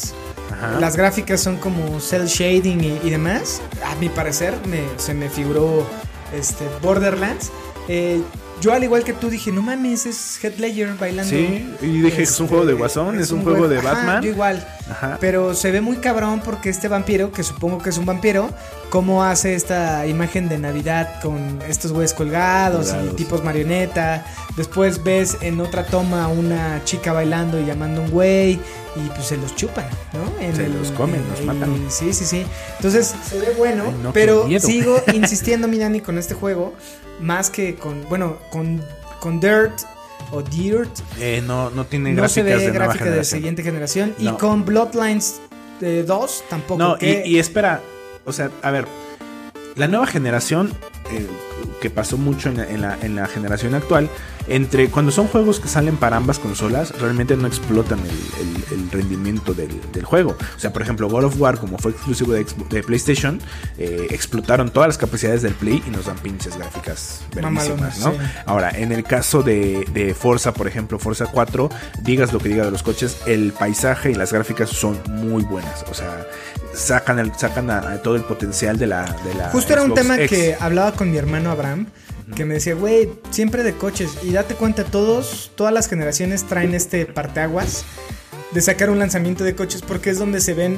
Speaker 3: Ajá.
Speaker 4: Las gráficas son como cel shading y, y demás. A mi parecer me, se me figuró este Borderlands. Eh, yo al igual que tú dije, no mames, es Heath Ledger bailando.
Speaker 3: Sí, y dije, este, es un juego de Guasón, es, es un, un juego, juego de Batman.
Speaker 4: Ajá, yo igual.
Speaker 3: Ajá.
Speaker 4: Pero se ve muy cabrón porque este vampiro, que supongo que es un vampiro, cómo hace esta imagen de Navidad con estos güeyes colgados, colgados y tipos marioneta. Después ves en otra toma una chica bailando y llamando a un güey y pues se los chupan, ¿no? En
Speaker 3: se
Speaker 4: el,
Speaker 3: los comen,
Speaker 4: en,
Speaker 3: los
Speaker 4: en,
Speaker 3: matan.
Speaker 4: Sí, sí, sí. Entonces se ve bueno,
Speaker 3: Ay, no,
Speaker 4: pero sigo insistiendo, mi Dani, con este juego. Más que con, bueno, con, con Dirt o Dirt.
Speaker 3: Eh, no, no tiene
Speaker 4: no
Speaker 3: gráficas
Speaker 4: se ve
Speaker 3: de
Speaker 4: gráfica
Speaker 3: nueva
Speaker 4: de siguiente generación.
Speaker 3: No.
Speaker 4: Y con Bloodlines eh, dos tampoco.
Speaker 3: No,
Speaker 4: que...
Speaker 3: y, y espera, o sea, a ver, la nueva generación, eh, que pasó mucho en la, en, la, en la generación actual, entre cuando son juegos que salen para ambas consolas, realmente no explotan el, el, el rendimiento del, del juego. O sea, por ejemplo, God of War, como fue exclusivo de, de PlayStation, eh, explotaron todas las capacidades del Play y nos dan pinches gráficas verguísimas, ¿no? Sí. Ahora, en el caso de, de Forza, por ejemplo, Forza cuatro, digas lo que diga de los coches, el paisaje y las gráficas son muy buenas. O sea, sacan, el, sacan a, a todo el potencial de la, de la
Speaker 4: Justo era un
Speaker 3: Xbox
Speaker 4: tema
Speaker 3: X.
Speaker 4: Que hablaba con mi hermano Abraham, que me decía, güey, siempre de coches. Y date cuenta, todos, todas las generaciones traen este parteaguas de sacar un lanzamiento de coches porque es donde se ven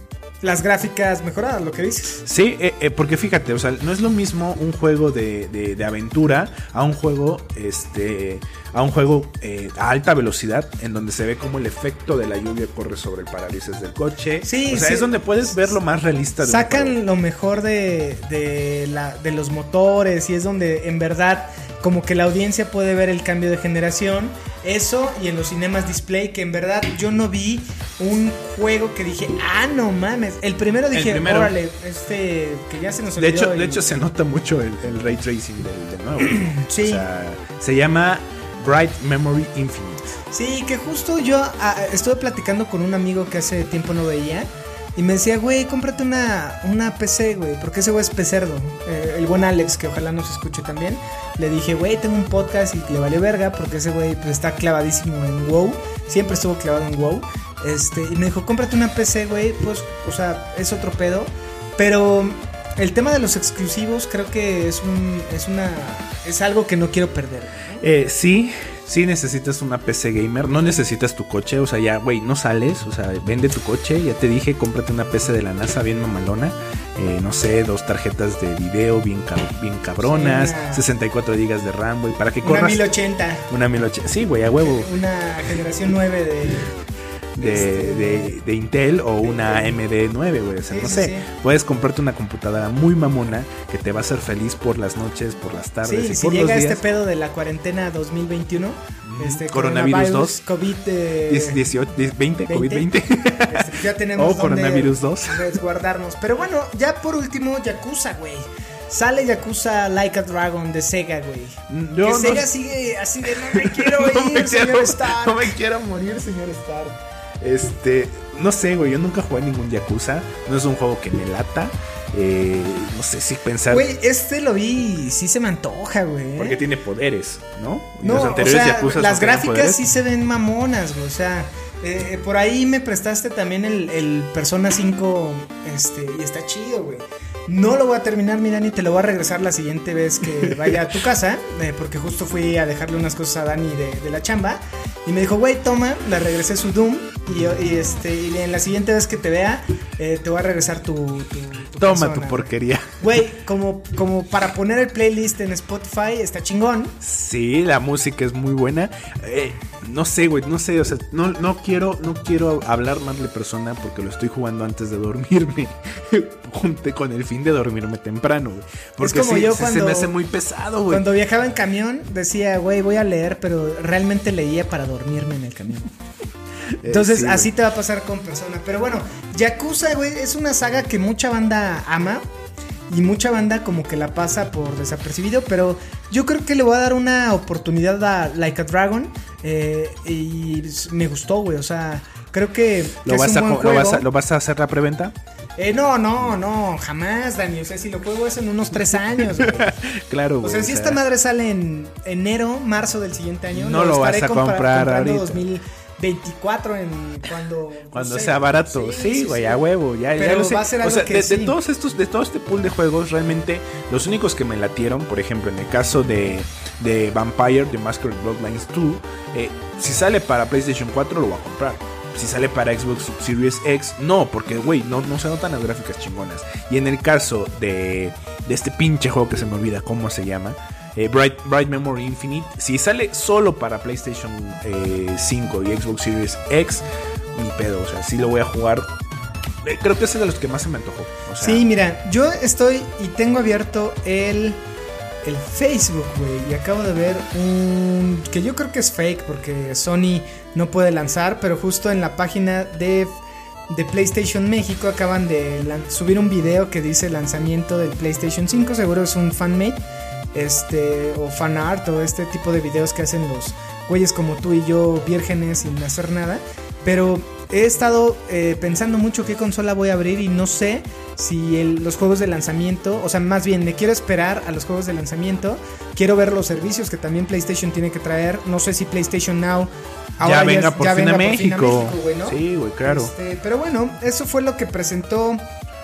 Speaker 4: las gráficas mejoradas, lo que dices.
Speaker 3: Sí, eh, eh, porque fíjate, o sea, no es lo mismo un juego de, de, de aventura a un juego, este, a un juego eh, a alta velocidad, en donde se ve como el efecto de la lluvia corre sobre el parabrisas del coche. Sí, o sea, sí. Es donde puedes ver lo más realista de
Speaker 4: Sacan lo mejor de, de, la, de los motores y es donde en verdad como que la audiencia puede ver el cambio de generación. Eso y en los cinemas display, que en verdad yo no vi un juego que dije, ah, no mames. El primero dije, el primero, órale, este, que ya se nos olvidó.
Speaker 3: De hecho,
Speaker 4: y...
Speaker 3: de hecho se nota mucho el, el ray tracing del, del nuevo.
Speaker 4: Sí.
Speaker 3: O sea, se llama Bright Memory Infinite.
Speaker 4: Sí, que justo yo a, estuve platicando con un amigo que hace tiempo no veía. Y me decía, güey, cómprate una, una P C, güey, porque ese güey es pecerdo. Eh, el buen Alex, que ojalá nos escuche también. Le dije, güey, tengo un podcast y le valió verga porque ese güey pues, está clavadísimo en WoW. Siempre estuvo clavado en WoW. Este, y me dijo, cómprate una P C, güey, pues, o sea, es otro pedo. Pero el tema de los exclusivos creo que es un, es una, es algo que no quiero perder, ¿no?
Speaker 3: Eh, sí. Sí necesitas una P C gamer, no necesitas tu coche, o sea, ya, güey, no sales, o sea, vende tu coche, ya te dije, cómprate una P C de la NASA bien mamalona, eh, no sé, dos tarjetas de video bien, cab- bien cabronas, sí, una... sesenta y cuatro gigas de RAM, güey, para que corras.
Speaker 4: Una mil ochenta.
Speaker 3: Una mil ochenta, sí, güey, a huevo.
Speaker 4: Una generación nueve de...
Speaker 3: De, de, de Intel o una A M D nueve, güey, o sea, sí, no sé, sí, sí. Puedes comprarte una computadora muy mamona que te va a hacer feliz por las noches, por las tardes
Speaker 4: sí,
Speaker 3: y
Speaker 4: si
Speaker 3: por
Speaker 4: llega
Speaker 3: los días.
Speaker 4: Este pedo de la cuarentena dos mil veintiuno, mm, este
Speaker 3: coronavirus dos,
Speaker 4: COVID eh,
Speaker 3: dieciocho, veinte, COVID veinte,
Speaker 4: este, ya tenemos
Speaker 3: oh, coronavirus dos,
Speaker 4: resguardarnos. Pero bueno, ya por último, Yakuza, güey. Sale Yakuza Like a Dragon de Sega, güey. Yo que no, Sega sigue así de no me quiero ir, no me señor
Speaker 3: quiero,
Speaker 4: Stark.
Speaker 3: No me quiero morir, señor Stark. Este, no sé, güey, yo nunca jugué ningún Yakuza. No es un juego que me lata. Eh, no sé si pensar.
Speaker 4: Güey, este lo vi y sí se me antoja, güey.
Speaker 3: Porque tiene poderes, ¿no? Y
Speaker 4: no,
Speaker 3: los anteriores
Speaker 4: o sea,
Speaker 3: Yakuza
Speaker 4: las gráficas sí se ven mamonas, güey. O sea, eh, por ahí me prestaste también el, el Persona cinco. Este, y está chido, güey. No lo voy a terminar, mi Dani, te lo voy a regresar la siguiente vez que vaya a tu casa, eh, porque justo fui a dejarle unas cosas a Dani de, de la chamba. Y me dijo, güey, toma, le regresé su Doom. Y, y, este, y en la siguiente vez que te vea, eh, te voy a regresar tu, tu, tu
Speaker 3: Toma
Speaker 4: persona,
Speaker 3: tu porquería.
Speaker 4: Güey, como, como para poner el playlist en Spotify, está chingón.
Speaker 3: Sí, la música es muy buena. Eh, no sé, güey, no sé, o sea, no, no quiero, no quiero hablar mal de Persona porque lo estoy jugando antes de dormirme. Junte con el fin de dormirme temprano, güey. Porque
Speaker 4: es como
Speaker 3: sí,
Speaker 4: yo
Speaker 3: sí
Speaker 4: cuando,
Speaker 3: se me hace muy pesado, güey.
Speaker 4: Cuando viajaba en camión, decía, güey, voy a leer, pero realmente leía para dormirme en el camión. Entonces, eh, sí, así te va a pasar con Persona. Pero bueno, Yakuza, güey, es una saga que mucha banda ama. Y mucha banda como que la pasa por desapercibido. Pero yo creo que le voy a dar una oportunidad a Like a Dragon. Eh, y me gustó, güey. O sea, creo que, que
Speaker 3: ¿Lo, vas
Speaker 4: es un
Speaker 3: a,
Speaker 4: buen
Speaker 3: ¿lo,
Speaker 4: juego.
Speaker 3: vas a, ¿Lo vas a hacer la preventa?
Speaker 4: Eh, no, no, no, jamás, Dani. O sea, si lo juego es en unos tres años, güey.
Speaker 3: Claro,
Speaker 4: güey. O sea, si o sea... esta madre sale en enero, marzo del siguiente año,
Speaker 3: no lo, lo vas a comprar ahorita.
Speaker 4: dos mil veinticuatro en cuando
Speaker 3: cuando
Speaker 4: no sé,
Speaker 3: sea barato. Sí, güey, sí, a huevo, ya, ya lo sé.
Speaker 4: Va a ser
Speaker 3: o
Speaker 4: algo
Speaker 3: sea,
Speaker 4: que
Speaker 3: de,
Speaker 4: sí.
Speaker 3: de todos estos, de todo este pool de juegos, realmente los únicos que me latieron, por ejemplo, en el caso de, de Vampire, de Masquerade Bloodlines dos, eh, si sale para PlayStation cuatro lo voy a comprar. Si sale para Xbox Series X, no, porque, güey, no, no se notan las gráficas chingonas. Y en el caso de, de este pinche juego que se me olvida cómo se llama, eh, Bright, Bright Memory Infinite, si sale solo para PlayStation eh, cinco y Xbox Series X, ni pedo, o sea, sí lo voy a jugar. Eh, creo que ese es de los que más se me antojó. O sea,
Speaker 4: sí, mira, yo estoy y tengo abierto el... el Facebook, güey, y acabo de ver un... que yo creo que es fake porque Sony no puede lanzar, pero justo en la página de, de PlayStation México acaban de lan- subir un video que dice lanzamiento del PlayStation cinco, seguro es un fanmade, este, o fan art, o este tipo de videos que hacen los güeyes como tú y yo, vírgenes sin hacer nada, pero he estado eh, pensando mucho qué consola voy a abrir y no sé si el, los juegos de lanzamiento, o sea, más bien me quiero esperar a los juegos de lanzamiento, quiero ver los servicios que también PlayStation tiene que traer, no sé si PlayStation Now ahora
Speaker 3: ya venga
Speaker 4: ya,
Speaker 3: por
Speaker 4: ya
Speaker 3: fin
Speaker 4: venga
Speaker 3: a
Speaker 4: por
Speaker 3: México,
Speaker 4: fin a México, güey, ¿no?
Speaker 3: Sí, güey, claro.
Speaker 4: Este, pero bueno, eso fue lo que presentó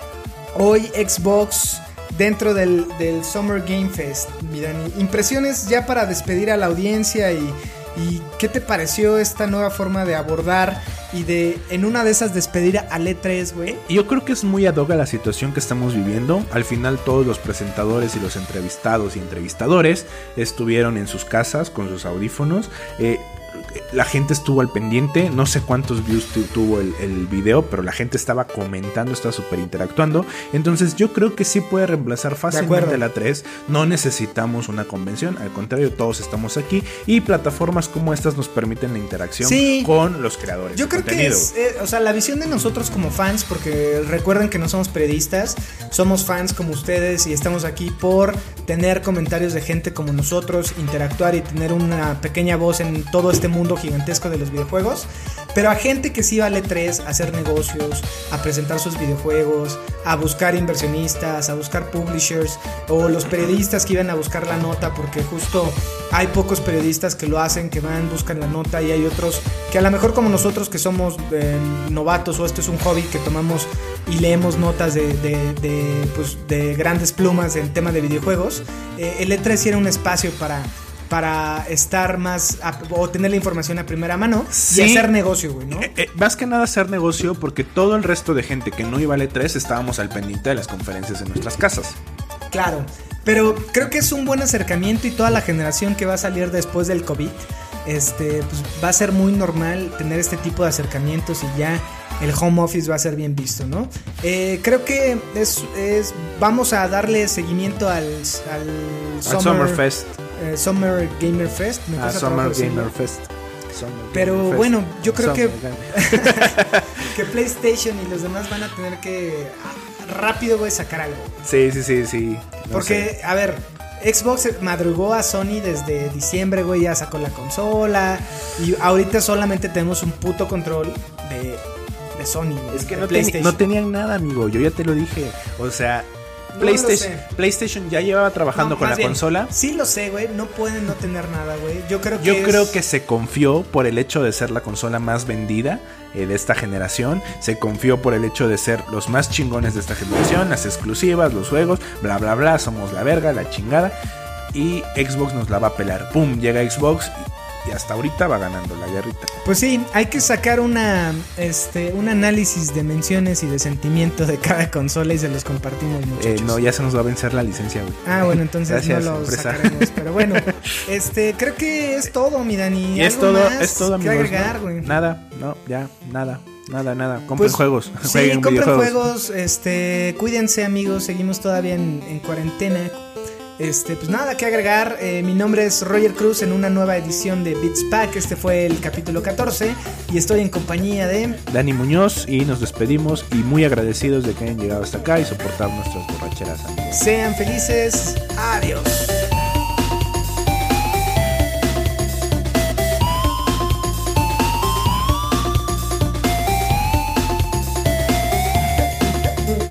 Speaker 4: hoy Xbox dentro del, del Summer Game Fest, mi Dani. Impresiones ya para despedir a la audiencia y... ¿Y qué te pareció esta nueva forma de abordar y de en una de esas despedir al E tres, güey?
Speaker 3: Yo creo que es muy ad hoc a la situación que estamos viviendo. Al final todos los presentadores y los entrevistados y entrevistadores estuvieron en sus casas con sus audífonos. Eh, la gente estuvo al pendiente, no sé cuántos views tuvo el, el video, pero la gente estaba comentando, estaba súper interactuando. Entonces yo creo que sí puede reemplazar fácilmente la tres. No necesitamos una convención, al contrario, todos estamos aquí y plataformas como estas nos permiten la interacción sí. con los creadores.
Speaker 4: Yo creo
Speaker 3: contenido.
Speaker 4: que es, eh, o sea, la visión de nosotros como fans, porque recuerden que no somos periodistas, somos fans como ustedes y estamos aquí por tener comentarios de gente como nosotros, interactuar y tener una pequeña voz en todo este mundo gigantesco de los videojuegos, pero a gente que sí va al E tres a hacer negocios, a presentar sus videojuegos, a buscar inversionistas, a buscar publishers, o los periodistas que iban a buscar la nota, porque justo hay pocos periodistas que lo hacen, que van, buscan la nota, y hay otros que a lo mejor como nosotros que somos eh, novatos, o esto es un hobby que tomamos y leemos notas de, de, de, pues, de grandes plumas en tema de videojuegos. eh, el E tres sí era un espacio para para estar más a, o tener la información a primera mano sí. y hacer negocio, güey, ¿no?
Speaker 3: Eh, eh, más que nada hacer negocio, porque todo el resto de gente que no iba al E tres estábamos al pendiente de las conferencias en nuestras casas.
Speaker 4: Claro, pero creo que es un buen acercamiento y toda la generación que va a salir después del COVID, este, pues va a ser muy normal tener este tipo de acercamientos y ya el home office va a ser bien visto, ¿no? Eh, creo que es, es vamos a darle seguimiento al, al,
Speaker 3: al Summer Fest.
Speaker 4: Eh, Summer Gamer Fest, me
Speaker 3: ah, Summer Gamer Fest. Summer
Speaker 4: Pero
Speaker 3: Gamer Fest.
Speaker 4: bueno, yo creo
Speaker 3: Summer
Speaker 4: que que PlayStation y los demás van a tener que rápido, güey, sacar algo.
Speaker 3: Sí, sí, sí, sí.
Speaker 4: No Porque, sé. a ver, Xbox madrugó a Sony desde diciembre, güey, ya sacó la consola y ahorita solamente tenemos un puto control de, de Sony, güey.
Speaker 3: Es que no, ten, no tenían nada, amigo, yo ya te lo dije. O sea, no PlayStation, PlayStation ya llevaba trabajando no, con la bien, consola.
Speaker 4: Sí lo sé, güey, no pueden no tener nada, güey. Yo creo que
Speaker 3: Yo
Speaker 4: es...
Speaker 3: creo que se confió por el hecho de ser la consola más vendida eh, de esta generación. Se confió por el hecho de ser los más chingones de esta generación, las exclusivas, los juegos, bla bla bla, somos la verga, la chingada. Y Xbox nos la va a pelar. Pum, llega Xbox y, y hasta ahorita va ganando la guerrita.
Speaker 4: Pues sí, hay que sacar una este un análisis de menciones y de sentimiento de cada consola y se los compartimos, muchachos.
Speaker 3: Eh, no, ya se nos va a vencer la licencia, güey.
Speaker 4: Ah, bueno, entonces
Speaker 3: Gracias,
Speaker 4: no lo
Speaker 3: empresa.
Speaker 4: sacaremos. Pero bueno, este, creo que es todo, mi Dani.
Speaker 3: Y es todo, es todo, amigos.
Speaker 4: ¿Qué agregar, güey?
Speaker 3: No, nada, no, ya, nada. Nada, nada, compren
Speaker 4: pues,
Speaker 3: juegos.
Speaker 4: Sí, compren juegos, este, cuídense, amigos, seguimos todavía en, en cuarentena. Este, pues nada que agregar, eh, mi nombre es Roger Cruz en una nueva edición de Beats Pack. Este fue el capítulo catorce y estoy en compañía de
Speaker 3: Dani Muñoz y nos despedimos y muy agradecidos de que hayan llegado hasta acá y soportar nuestras borracheras, amigos.
Speaker 4: Sean felices, adiós.